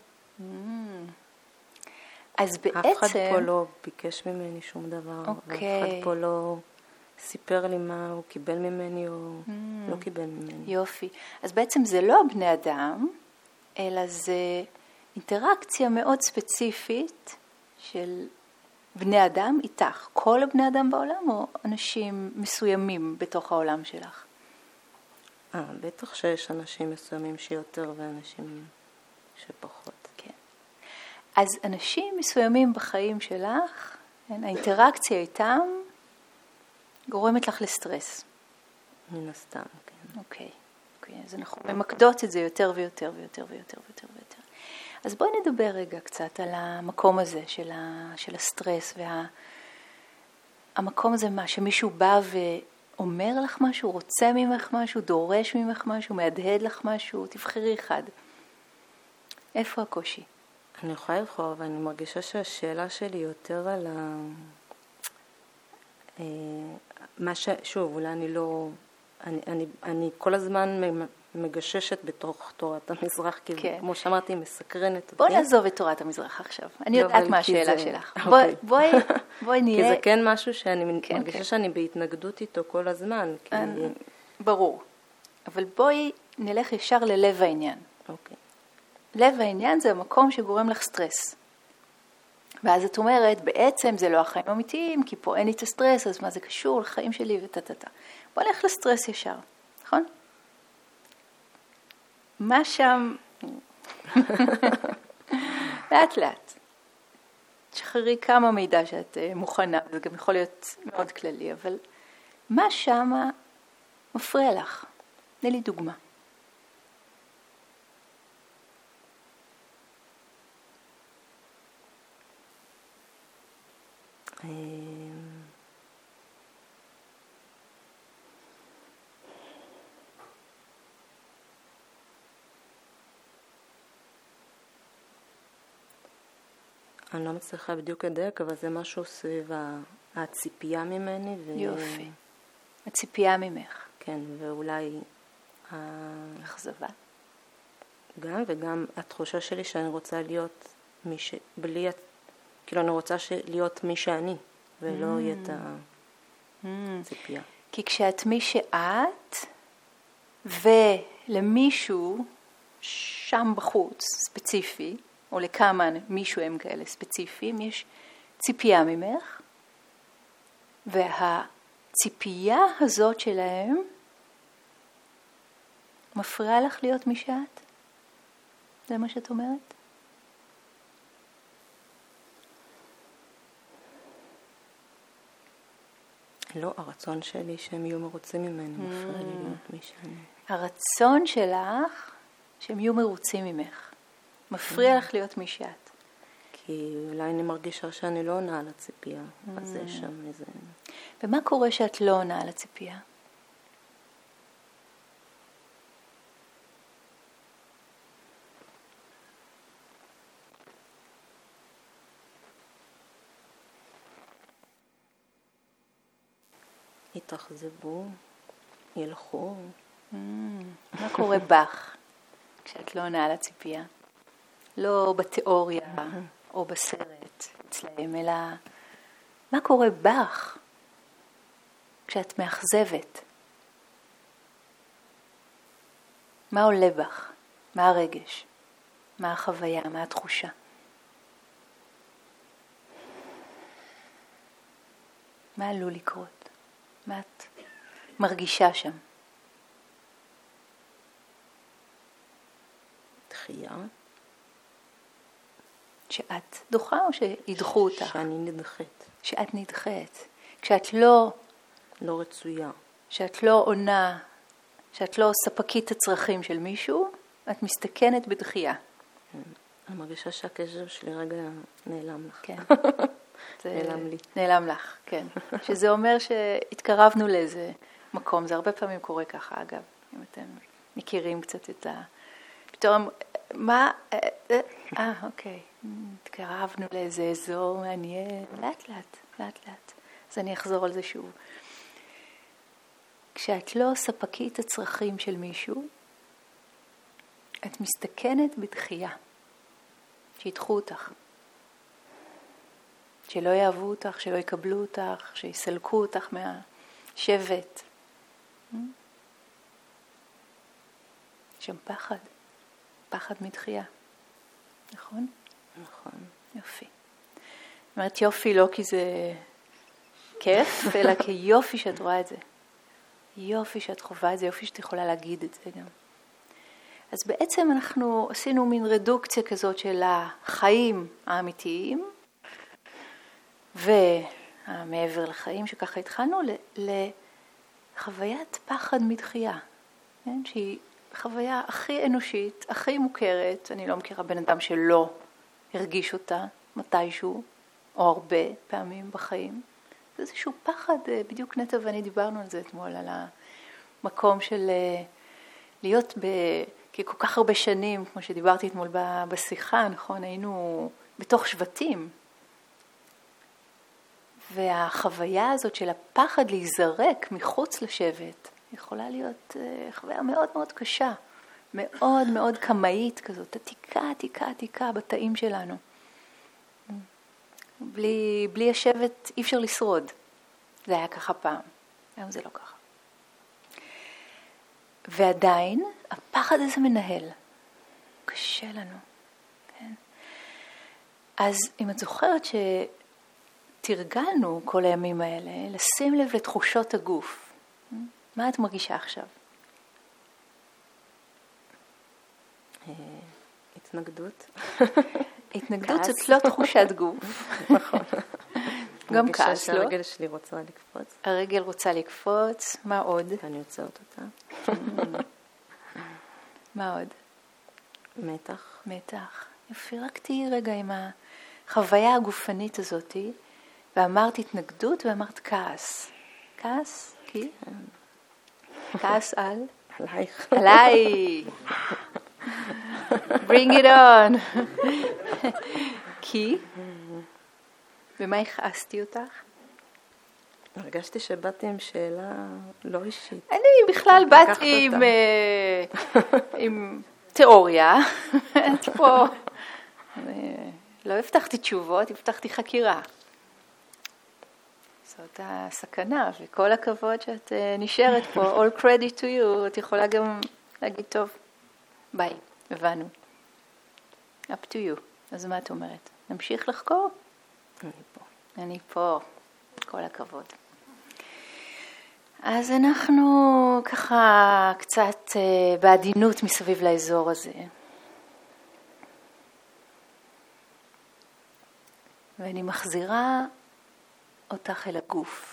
אז בעצם... אף אחד פה לא ביקש ממני שום דבר. אוקיי. ואף אחד פה לא סיפר לי מה הוא קיבל ממני או לא קיבל ממני. יופי. אז בעצם זה לא בני אדם, אלא זה אינטראקציה מאוד ספציפית של בני אדם איתך. כל הבני אדם בעולם או אנשים מסוימים בתוך העולם שלך? אה, בטח שיש אנשים מסוימים שיותר ואנשים שפחות. כן. אז אנשים מסוימים בחיים שלך, כן, האינטראקציה איתם גורמת לך לסטרס. מן הסתם, כן. אוקיי. אוקיי, אז אנחנו ממקדות את זה יותר ויותר ויותר ויותר ויותר ויותר. אז בואי נדבר רגע קצת על המקום הזה של, ה, של הסטרס וה... המקום הזה מה, שמישהו בא ואומר לך משהו, רוצה ממך משהו, דורש ממך משהו, מהדהד לך משהו, תבחרי אחד. איפה הקושי? אני יכולה לבחור, אבל אני מרגישה שהשאלה שלי יותר על ה... מה ש... שוב, אולי אני לא... אני, אני, אני כל הזמן מגששת בתוך תורת המזרח, כי כן. כמו שאמרתי, מסקרנת אותי. בואי נעזוב את תורת המזרח עכשיו. אני לא, יודעת מה השאלה זה... שלך. אוקיי. בואי, בואי, בואי נהיה... כי זה כן משהו שאני כן, מרגישה כן. שאני בהתנגדות איתו כל הזמן. כי... אני... ברור. אבל בואי נלך ישר ללב העניין. אוקיי. לב העניין זה המקום שגורם לך סטרס. ואז את אומרת, בעצם זה לא החיים האמיתיים, כי פה אין לי את הסטרס, אז מה זה קשור לחיים שלי וטטטה. בוא נלך לסטרס ישר, נכון? מה שם? לאט לאט. תשחררי כמה מידע שאת מוכנה, זה גם יכול להיות מאוד כללי, אבל מה שם מפריע לך? תני לי דוגמה. אני לא מצליחה בדיוק לדייק, אבל זה משהו סביב הציפייה ממני. ו... יופי. הציפייה ממך. כן, ואולי... אכזבה. גם, וגם התחושה שלי שאני רוצה להיות מי ש... בלי... כאילו אני רוצה ש... להיות מי שאני, ולא mm. יהיה את הציפייה. כי כשאת מי שאת, ולמישהו שם בחוץ, ספציפי, או לכמה מישהו הם כאלה ספציפיים, יש ציפייה ממך, והציפייה הזאת שלהם מפריעה לך להיות מי שאת? זה מה שאת אומרת? לא, הרצון שלי שהם יהיו מרוצים ממני, מפריע לי להיות מי שאני. הרצון שלך שהם יהיו מרוצים ממך. מפריע לך להיות מי שאת. כי אולי אני מרגישה שאני לא עונה על הציפייה, אז זה שם איזה... ומה קורה שאת לא עונה על הציפייה? יתאכזבו, ילכו. מה קורה בך כשאת לא עונה על הציפייה? לא בתיאוריה או בסרט אצלהם, אלא מה קורה בך כשאת מאכזבת? מה עולה בך? מה הרגש? מה החוויה? מה התחושה? מה עלול לקרות? מה את מרגישה שם? דחייה. שאת דוחה או שידחו אותך? שאני נדחית. שאת נדחית. כשאת לא... לא רצויה. שאת לא עונה, שאת לא ספקית הצרכים של מישהו, את מסתכנת בדחייה. אני מרגישה שהקשר שלי רגע נעלם לך. כן. נעלם לי. נעלם לך, כן. שזה אומר שהתקרבנו לאיזה מקום. זה הרבה פעמים קורה ככה, אגב. אם אתם מכירים קצת את ה... פתאום, מה? אה, אוקיי. התקרבנו לאיזה אזור מעניין. לאט לאט, לאט לאט. אז אני אחזור על זה שוב. כשאת לא ספקית הצרכים של מישהו, את מסתכנת בדחייה. שידחו אותך. שלא יאהבו אותך, שלא יקבלו אותך, שיסלקו אותך מהשבט. שם פחד. פחד מדחייה. נכון? נכון. יופי. זאת אומרת יופי לא כי זה כיף, אלא כי יופי שאת רואה את זה. יופי שאת חווה את זה, יופי שאת יכולה להגיד את זה גם. אז בעצם אנחנו עשינו מין רדוקציה כזאת של החיים האמיתיים, והמעבר לחיים שככה התחלנו, לחוויית פחד מדחייה, כן? שהיא חוויה הכי אנושית, הכי מוכרת. אני לא מכירה בן אדם שלא הרגיש אותה מתישהו, או הרבה פעמים בחיים. זה איזשהו פחד, בדיוק נטע ואני דיברנו על זה אתמול, על המקום של להיות ב... כי כל כך הרבה שנים, כמו שדיברתי אתמול בשיחה, נכון, היינו בתוך שבטים. והחוויה הזאת של הפחד להיזרק מחוץ לשבט, יכולה להיות חוויה מאוד מאוד קשה, מאוד מאוד קמאית כזאת, עתיקה, עתיקה, עתיקה בתאים שלנו. בלי, בלי השבט אי אפשר לשרוד. זה היה ככה פעם, היום זה לא ככה. ועדיין הפחד הזה מנהל. קשה לנו. כן? אז אם את זוכרת שתרגלנו כל הימים האלה, לשים לב לתחושות הגוף. מה את מרגישה עכשיו? התנגדות. התנגדות זאת לא תחושת גוף. נכון. גם כעס, לא? שהרגל שלי רוצה לקפוץ. הרגל רוצה לקפוץ. מה עוד? אני עוצרת אותה. מה עוד? מתח. מתח. יופי, רק תהיי רגע עם החוויה הגופנית הזאת, ואמרת התנגדות ואמרת כעס. כעס? כי? כעס על? עלייך. עליי. Bring it on. כי? ומה הכעסתי אותך? הרגשתי שבאתי עם שאלה לא אישית. אני בכלל באתי עם, עם תיאוריה. את פה. לא הבטחתי תשובות, הבטחתי חקירה. זאת הסכנה, וכל הכבוד שאת נשארת פה, all credit to you, את יכולה גם להגיד, טוב, ביי, הבנו. up to you. אז מה את אומרת? נמשיך לחקור? אני פה. אני פה, כל הכבוד. אז אנחנו ככה קצת בעדינות מסביב לאזור הזה. ואני מחזירה אותך אל הגוף.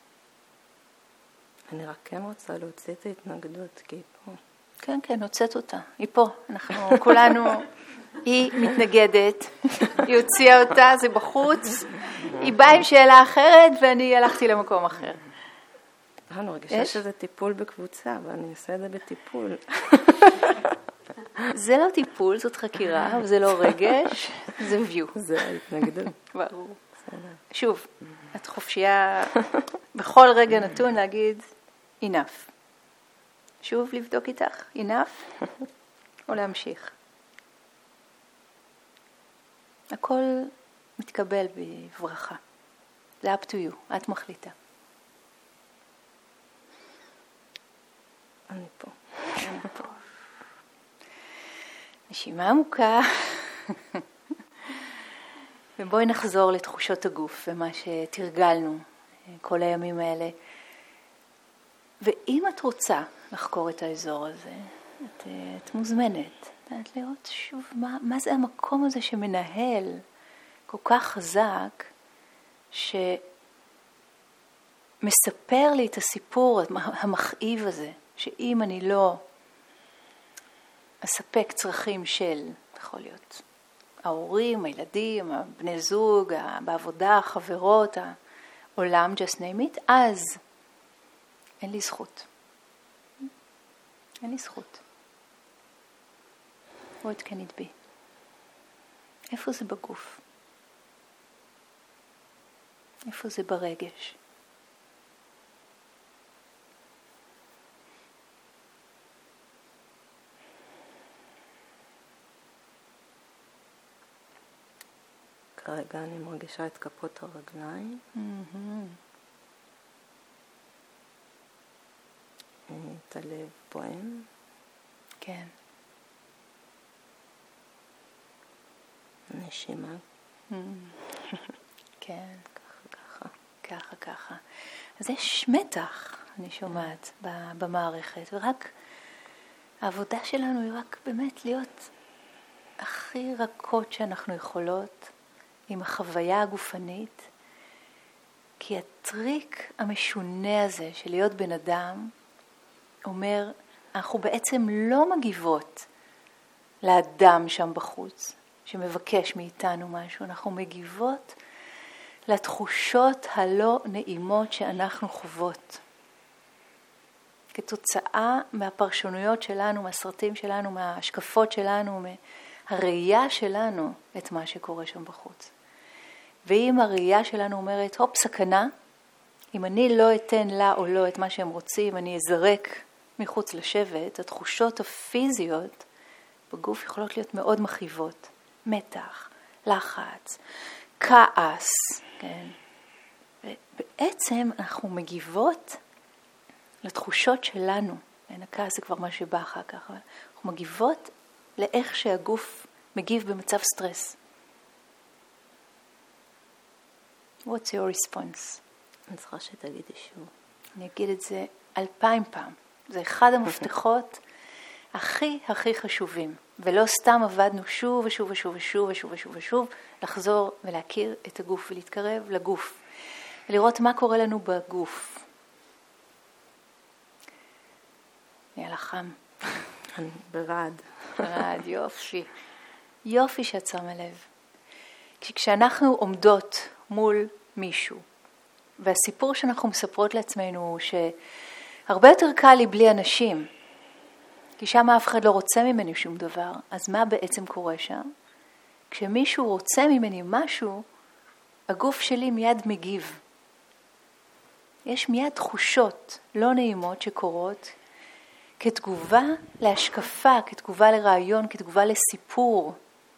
אני רק כן רוצה להוציא את ההתנגדות, כי היא פה. כן, כן, הוצאת אותה. היא פה. אנחנו כולנו, היא מתנגדת, היא הוציאה אותה, זה בחוץ. היא באה עם שאלה אחרת ואני הלכתי למקום אחר. אני מרגישה שזה טיפול בקבוצה, ואני אעשה את זה בטיפול. זה לא טיפול, זאת חקירה, וזה לא רגש, זה view. זה ההתנגדות. ברור. שוב, את חופשייה בכל רגע נתון להגיד enough. שוב לבדוק איתך, enough, או להמשיך. הכל מתקבל בברכה. זה up to you, את מחליטה. אני פה. אני פה. נשימה עמוקה. ובואי נחזור לתחושות הגוף ומה שתרגלנו כל הימים האלה. ואם את רוצה לחקור את האזור הזה, את, את מוזמנת. את לראות שוב מה, מה זה המקום הזה שמנהל כל כך חזק, שמספר לי את הסיפור המכאיב הזה, שאם אני לא אספק צרכים של, יכול להיות, ההורים, הילדים, הבני זוג, בעבודה, החברות, העולם, just name it, אז אין לי זכות. אין לי זכות. What can it be? איפה זה בגוף? איפה זה ברגש? כרגע אני מרגישה את כפות הרגליים. Mm-hmm. את הלב פועם. כן. נשימה. כן. ככה, ככה. ככה, ככה. אז יש מתח, אני שומעת, במערכת, ורק העבודה שלנו היא רק באמת להיות הכי רכות שאנחנו יכולות עם החוויה הגופנית, כי הטריק המשונה הזה של להיות בן אדם אומר, אנחנו בעצם לא מגיבות לאדם שם בחוץ שמבקש מאיתנו משהו, אנחנו מגיבות לתחושות הלא נעימות שאנחנו חוות. כתוצאה מהפרשנויות שלנו, מהסרטים שלנו, מההשקפות שלנו, מהראייה שלנו את מה שקורה שם בחוץ. ואם הראייה שלנו אומרת, הופ, סכנה, אם אני לא אתן לה או לא את מה שהם רוצים, אני אזרק מחוץ לשבט, התחושות הפיזיות בגוף יכולות להיות מאוד מכאיבות. מתח, לחץ, כעס, כן. ובעצם אנחנו מגיבות לתחושות שלנו. אין, הכעס זה כבר מה שבא אחר כך. אנחנו מגיבות לאיך שהגוף מגיב במצב סטרס. What's your response? אני צריכה שתגידי שוב. אני אגיד את זה אלפיים פעם. זה אחד המפתחות הכי הכי חשובים. ולא סתם עבדנו שוב ושוב ושוב ושוב ושוב ושוב ושוב לחזור ולהכיר את הגוף ולהתקרב לגוף. ולראות מה קורה לנו בגוף. יאללה חם. אני ברעד. ברעד, יופי. יופי שאת שמה לב. כי כשאנחנו עומדות מול מישהו, והסיפור שאנחנו מספרות לעצמנו הוא שהרבה יותר קל לי בלי אנשים, כי שם אף אחד לא רוצה ממני שום דבר, אז מה בעצם קורה שם? כשמישהו רוצה ממני משהו, הגוף שלי מיד מגיב. יש מיד תחושות לא נעימות שקורות, כתגובה להשקפה, כתגובה לרעיון, כתגובה לסיפור.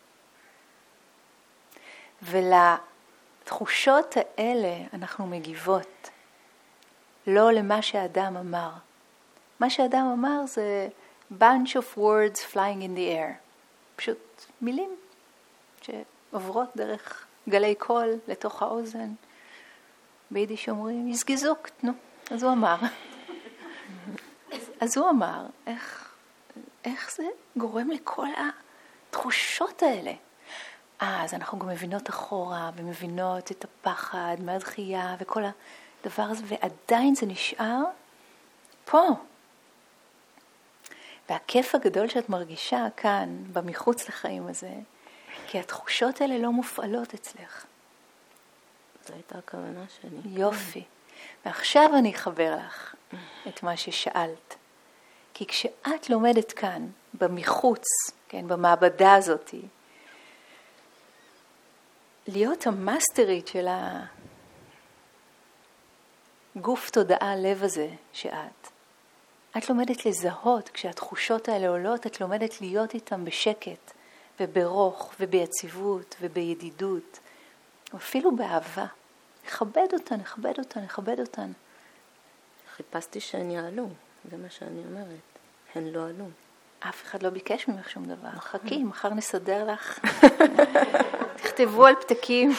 ולתחושות האלה אנחנו מגיבות, לא למה שהאדם אמר. מה שהאדם אמר זה bunch of words flying in the air. פשוט מילים שעוברות דרך גלי קול לתוך האוזן. ביידיש אומרים, יסגזוקט, נו. אז הוא אמר. אז הוא אמר, איך, איך זה גורם לכל התחושות האלה? אה, אז אנחנו גם מבינות אחורה, ומבינות את הפחד, מהדחייה, וכל הדבר הזה, ועדיין זה נשאר פה. והכיף הגדול שאת מרגישה כאן, במחוץ לחיים הזה, כי התחושות האלה לא מופעלות אצלך. זו הייתה הכוונה שלי. יופי. ועכשיו אני אחבר לך את מה ששאלת. כי כשאת לומדת כאן, במחוץ, כן, במעבדה הזאת, להיות המאסטרית של הגוף תודעה לב הזה שאת, את לומדת לזהות, כשהתחושות האלה עולות, את לומדת להיות איתם בשקט, וברוך, וביציבות, ובידידות, ואפילו באהבה. נכבד אותן, נכבד אותן, נכבד אותן. חיפשתי שהן יעלו, זה מה שאני אומרת. הן לא עלו. אף אחד לא ביקש ממך שום דבר. חכי, מחר נסדר לך. תכתבו על פתקים.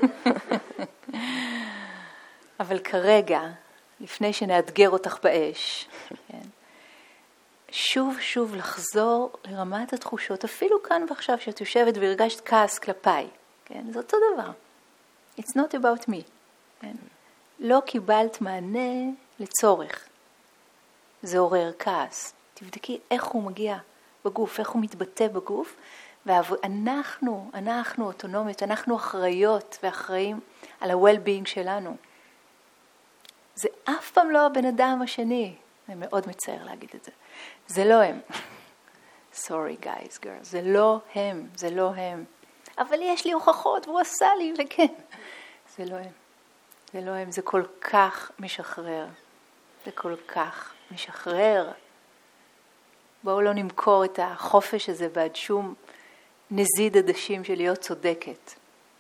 אבל כרגע, לפני שנאתגר אותך באש, כן, שוב שוב לחזור לרמת התחושות, אפילו כאן ועכשיו שאת יושבת והרגשת כעס כלפיי, כן, זה אותו דבר. It's not about me. כן? לא קיבלת מענה לצורך. זה עורר כעס. תבדקי איך הוא מגיע בגוף, איך הוא מתבטא בגוף, ואנחנו, אנחנו אוטונומיות, אנחנו אחראיות ואחראים על ה-well-being שלנו. זה אף פעם לא הבן אדם השני. זה מאוד מצער להגיד את זה. זה לא הם. Sorry guys, girls. זה לא הם, זה לא הם. אבל יש לי הוכחות והוא עשה לי, וכן. זה לא הם. זה לא הם. זה כל כך משחרר. זה כל כך משחרר. בואו לא נמכור את החופש הזה בעד שום נזיד עדשים של להיות צודקת.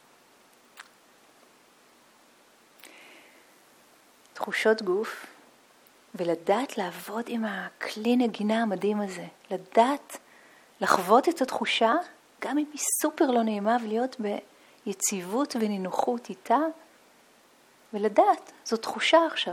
תחושות גוף, ולדעת לעבוד עם הכלי נגינה המדהים הזה. לדעת לחוות את התחושה גם אם היא סופר לא נעימה, ולהיות ביציבות ונינוחות איתה, ולדעת, זו תחושה עכשיו.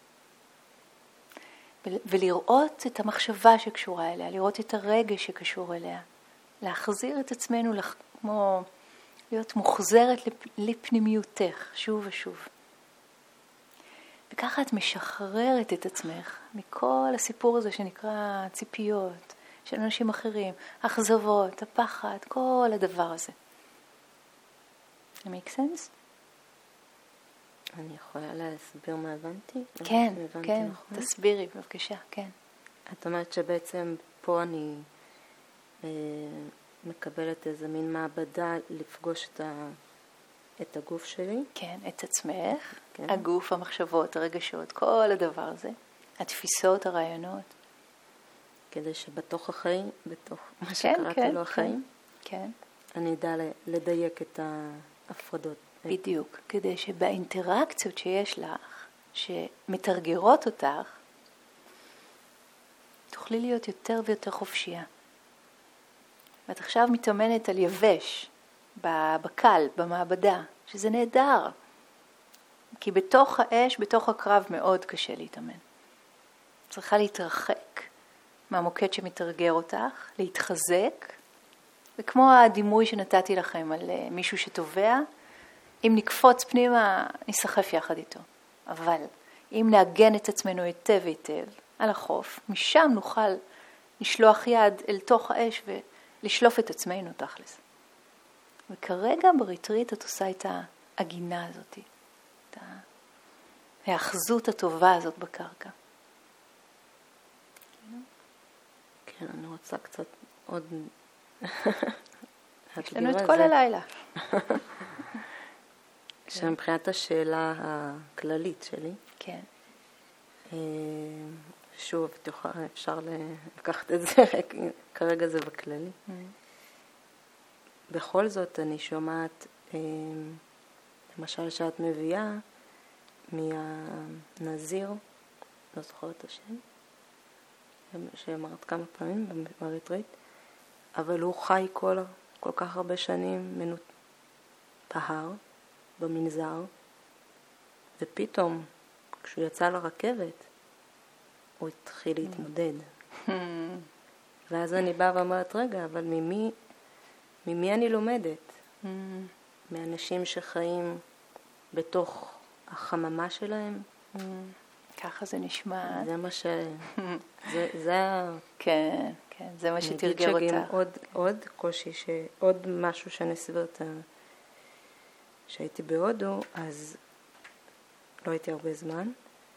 ולראות את המחשבה שקשורה אליה, לראות את הרגש שקשור אליה, להחזיר את עצמנו כמו להיות מוחזרת לפנימיותך שוב ושוב. וככה את משחררת את עצמך מכל הסיפור הזה שנקרא ציפיות של אנשים אחרים, אכזבות, הפחד, כל הדבר הזה. make sense? אני יכולה להסביר מה הבנתי? כן, כן, נכון? תסבירי בבקשה, כן. את אומרת שבעצם פה אני אה, מקבלת איזה מין מעבדה לפגוש את, ה, את הגוף שלי. כן, את עצמך, כן. הגוף, המחשבות, הרגשות, כל הדבר הזה, התפיסות, הרעיונות. כדי שבתוך החיים, בתוך מה כן, שקראתי כן, לו החיים, כן. אני אדע לדייק את ההפרדות. בדיוק, כדי שבאינטראקציות שיש לך, שמתרגרות אותך, תוכלי להיות יותר ויותר חופשייה. ואת עכשיו מתאמנת על יבש, בקל, במעבדה, שזה נהדר. כי בתוך האש, בתוך הקרב מאוד קשה להתאמן. צריכה להתרחק מהמוקד שמתרגר אותך, להתחזק, וכמו הדימוי שנתתי לכם על מישהו שטובע, אם נקפוץ פנימה, נסחף יחד איתו. אבל אם נאגן את עצמנו היטב היטב על החוף, משם נוכל לשלוח יד אל תוך האש ולשלוף את עצמנו תכלס. וכרגע בריטריט את עושה את ההגינה הזאת, את ההאחזות הטובה הזאת בקרקע. כן, אני רוצה קצת עוד... יש לנו את כל הלילה. שמבחינת השאלה הכללית שלי, כן. שוב, אפשר לקחת את זה, כרגע זה בכללי. בכל זאת אני שומעת, למשל שאת מביאה מהנזיר, לא זוכרת את השם, שאמרת כמה פעמים בריטריט, אבל הוא חי כל, כל כך הרבה שנים מנות בהר, במנזר, ופתאום כשהוא יצא לרכבת הוא התחיל להתמודד. ואז אני באה ואומרת, רגע, אבל ממי, ממי אני לומדת? מאנשים שחיים בתוך החממה שלהם? ככה זה נשמע. זה מה ש... זה, זה... כן, כן, זה מה שתרגר אותך. אני אגיד עוד, עוד קושי, ש... עוד משהו שאני אסברת, שהייתי בהודו, אז לא הייתי הרבה זמן,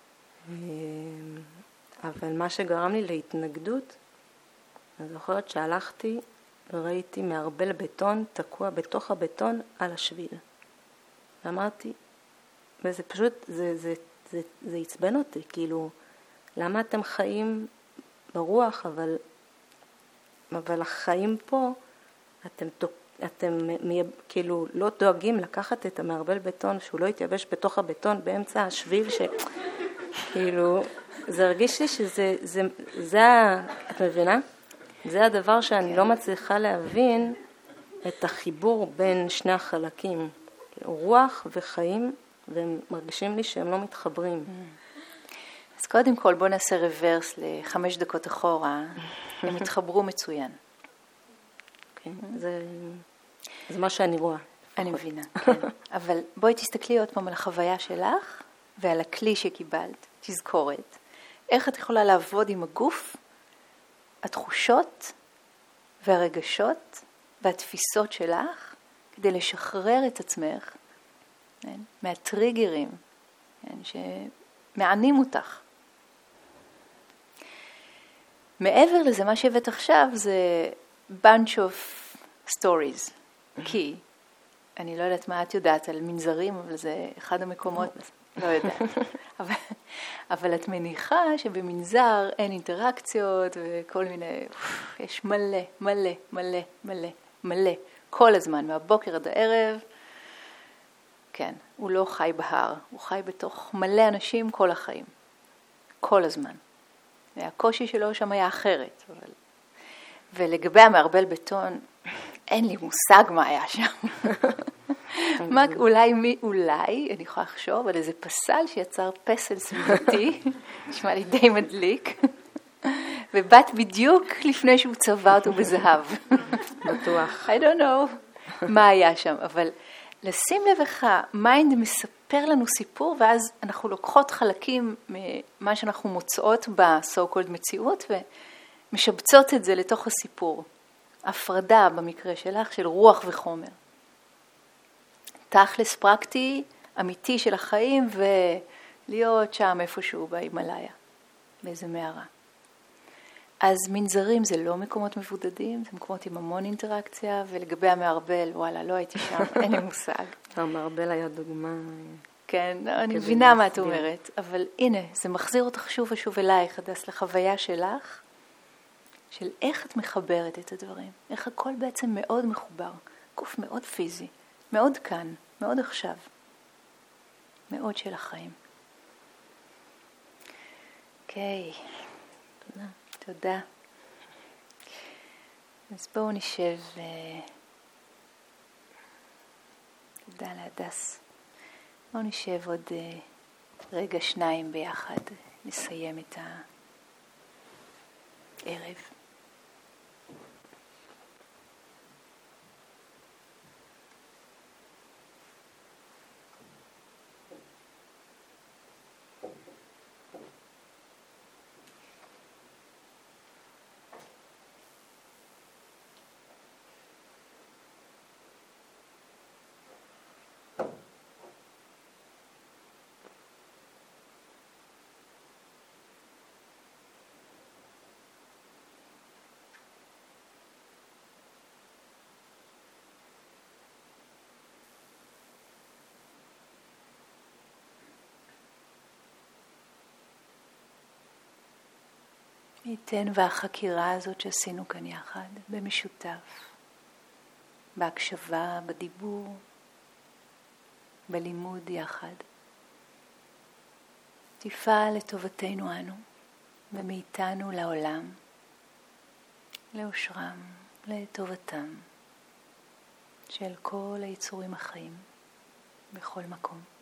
אבל מה שגרם לי להתנגדות, אני זוכרת שהלכתי וראיתי מערבל בטון תקוע בתוך הבטון על השביל. ואמרתי, וזה פשוט, זה, זה, זה, זה יצבן אותי, כאילו, למה אתם חיים ברוח, אבל, אבל החיים פה, אתם, אתם כאילו לא דואגים לקחת את המערבל בטון, שהוא לא יתייבש בתוך הבטון באמצע השביל, שכאילו, זה הרגיש לי שזה, זה, זה, את מבינה? זה הדבר שאני לא מצליחה להבין את החיבור בין שני החלקים, רוח וחיים, והם מרגישים לי שהם לא מתחברים. אז קודם כל בוא נעשה רוורס לחמש דקות אחורה, הם התחברו מצוין. Okay. זה, זה מה שאני רואה. אני מבינה, כן. אבל בואי תסתכלי עוד פעם על החוויה שלך ועל הכלי שקיבלת, תזכורת. איך את יכולה לעבוד עם הגוף, התחושות והרגשות והתפיסות שלך, כדי לשחרר את עצמך כן, מהטריגרים כן, שמענים אותך. מעבר לזה, מה שהבאת עכשיו זה bunch of stories. כי, אני לא יודעת מה את יודעת על מנזרים, אבל זה אחד המקומות, לא יודעת. אבל, אבל את מניחה שבמנזר אין אינטראקציות וכל מיני, יש מלא, מלא, מלא, מלא, מלא. כל הזמן, מהבוקר עד הערב. כן, הוא לא חי בהר, הוא חי בתוך מלא אנשים כל החיים. כל הזמן. והקושי שלו שם היה אחרת. אבל... ולגבי המערבל בטון, אין לי מושג מה היה שם. מה, אולי, מי, אולי, אני יכולה לחשוב על איזה פסל שיצר פסל סביבתי, נשמע לי די מדליק, ובת בדיוק לפני שהוא צבע אותו בזהב. בטוח. I don't know מה היה שם, אבל לשים לב איך המיינד מספר לנו סיפור, ואז אנחנו לוקחות חלקים ממה שאנחנו מוצאות ב-so called מציאות, ומשבצות את זה לתוך הסיפור. הפרדה במקרה שלך של רוח וחומר. תכלס פרקטי, אמיתי של החיים, ולהיות שם איפשהו בהימאליה, באיזה מערה. אז מנזרים זה לא מקומות מבודדים, זה מקומות עם המון אינטראקציה, ולגבי המערבל, וואלה, לא הייתי שם, אין לי מושג. המערבל היה דוגמה. כן, אני מבינה מה את אומרת, אבל הנה, זה מחזיר אותך שוב ושוב אלייך, הדס, לחוויה שלך, של איך את מחברת את הדברים, איך הכל בעצם מאוד מחובר, גוף מאוד פיזי, מאוד כאן, מאוד עכשיו, מאוד של החיים. אוקיי, תודה. תודה. אז בואו נשב, תודה להדס. בואו נשב עוד רגע שניים ביחד, נסיים את הערב. ניתן והחקירה הזאת שעשינו כאן יחד, במשותף, בהקשבה, בדיבור, בלימוד יחד, תפעל לטובתנו אנו, ומאיתנו לעולם, לאושרם, לטובתם של כל היצורים החיים, בכל מקום.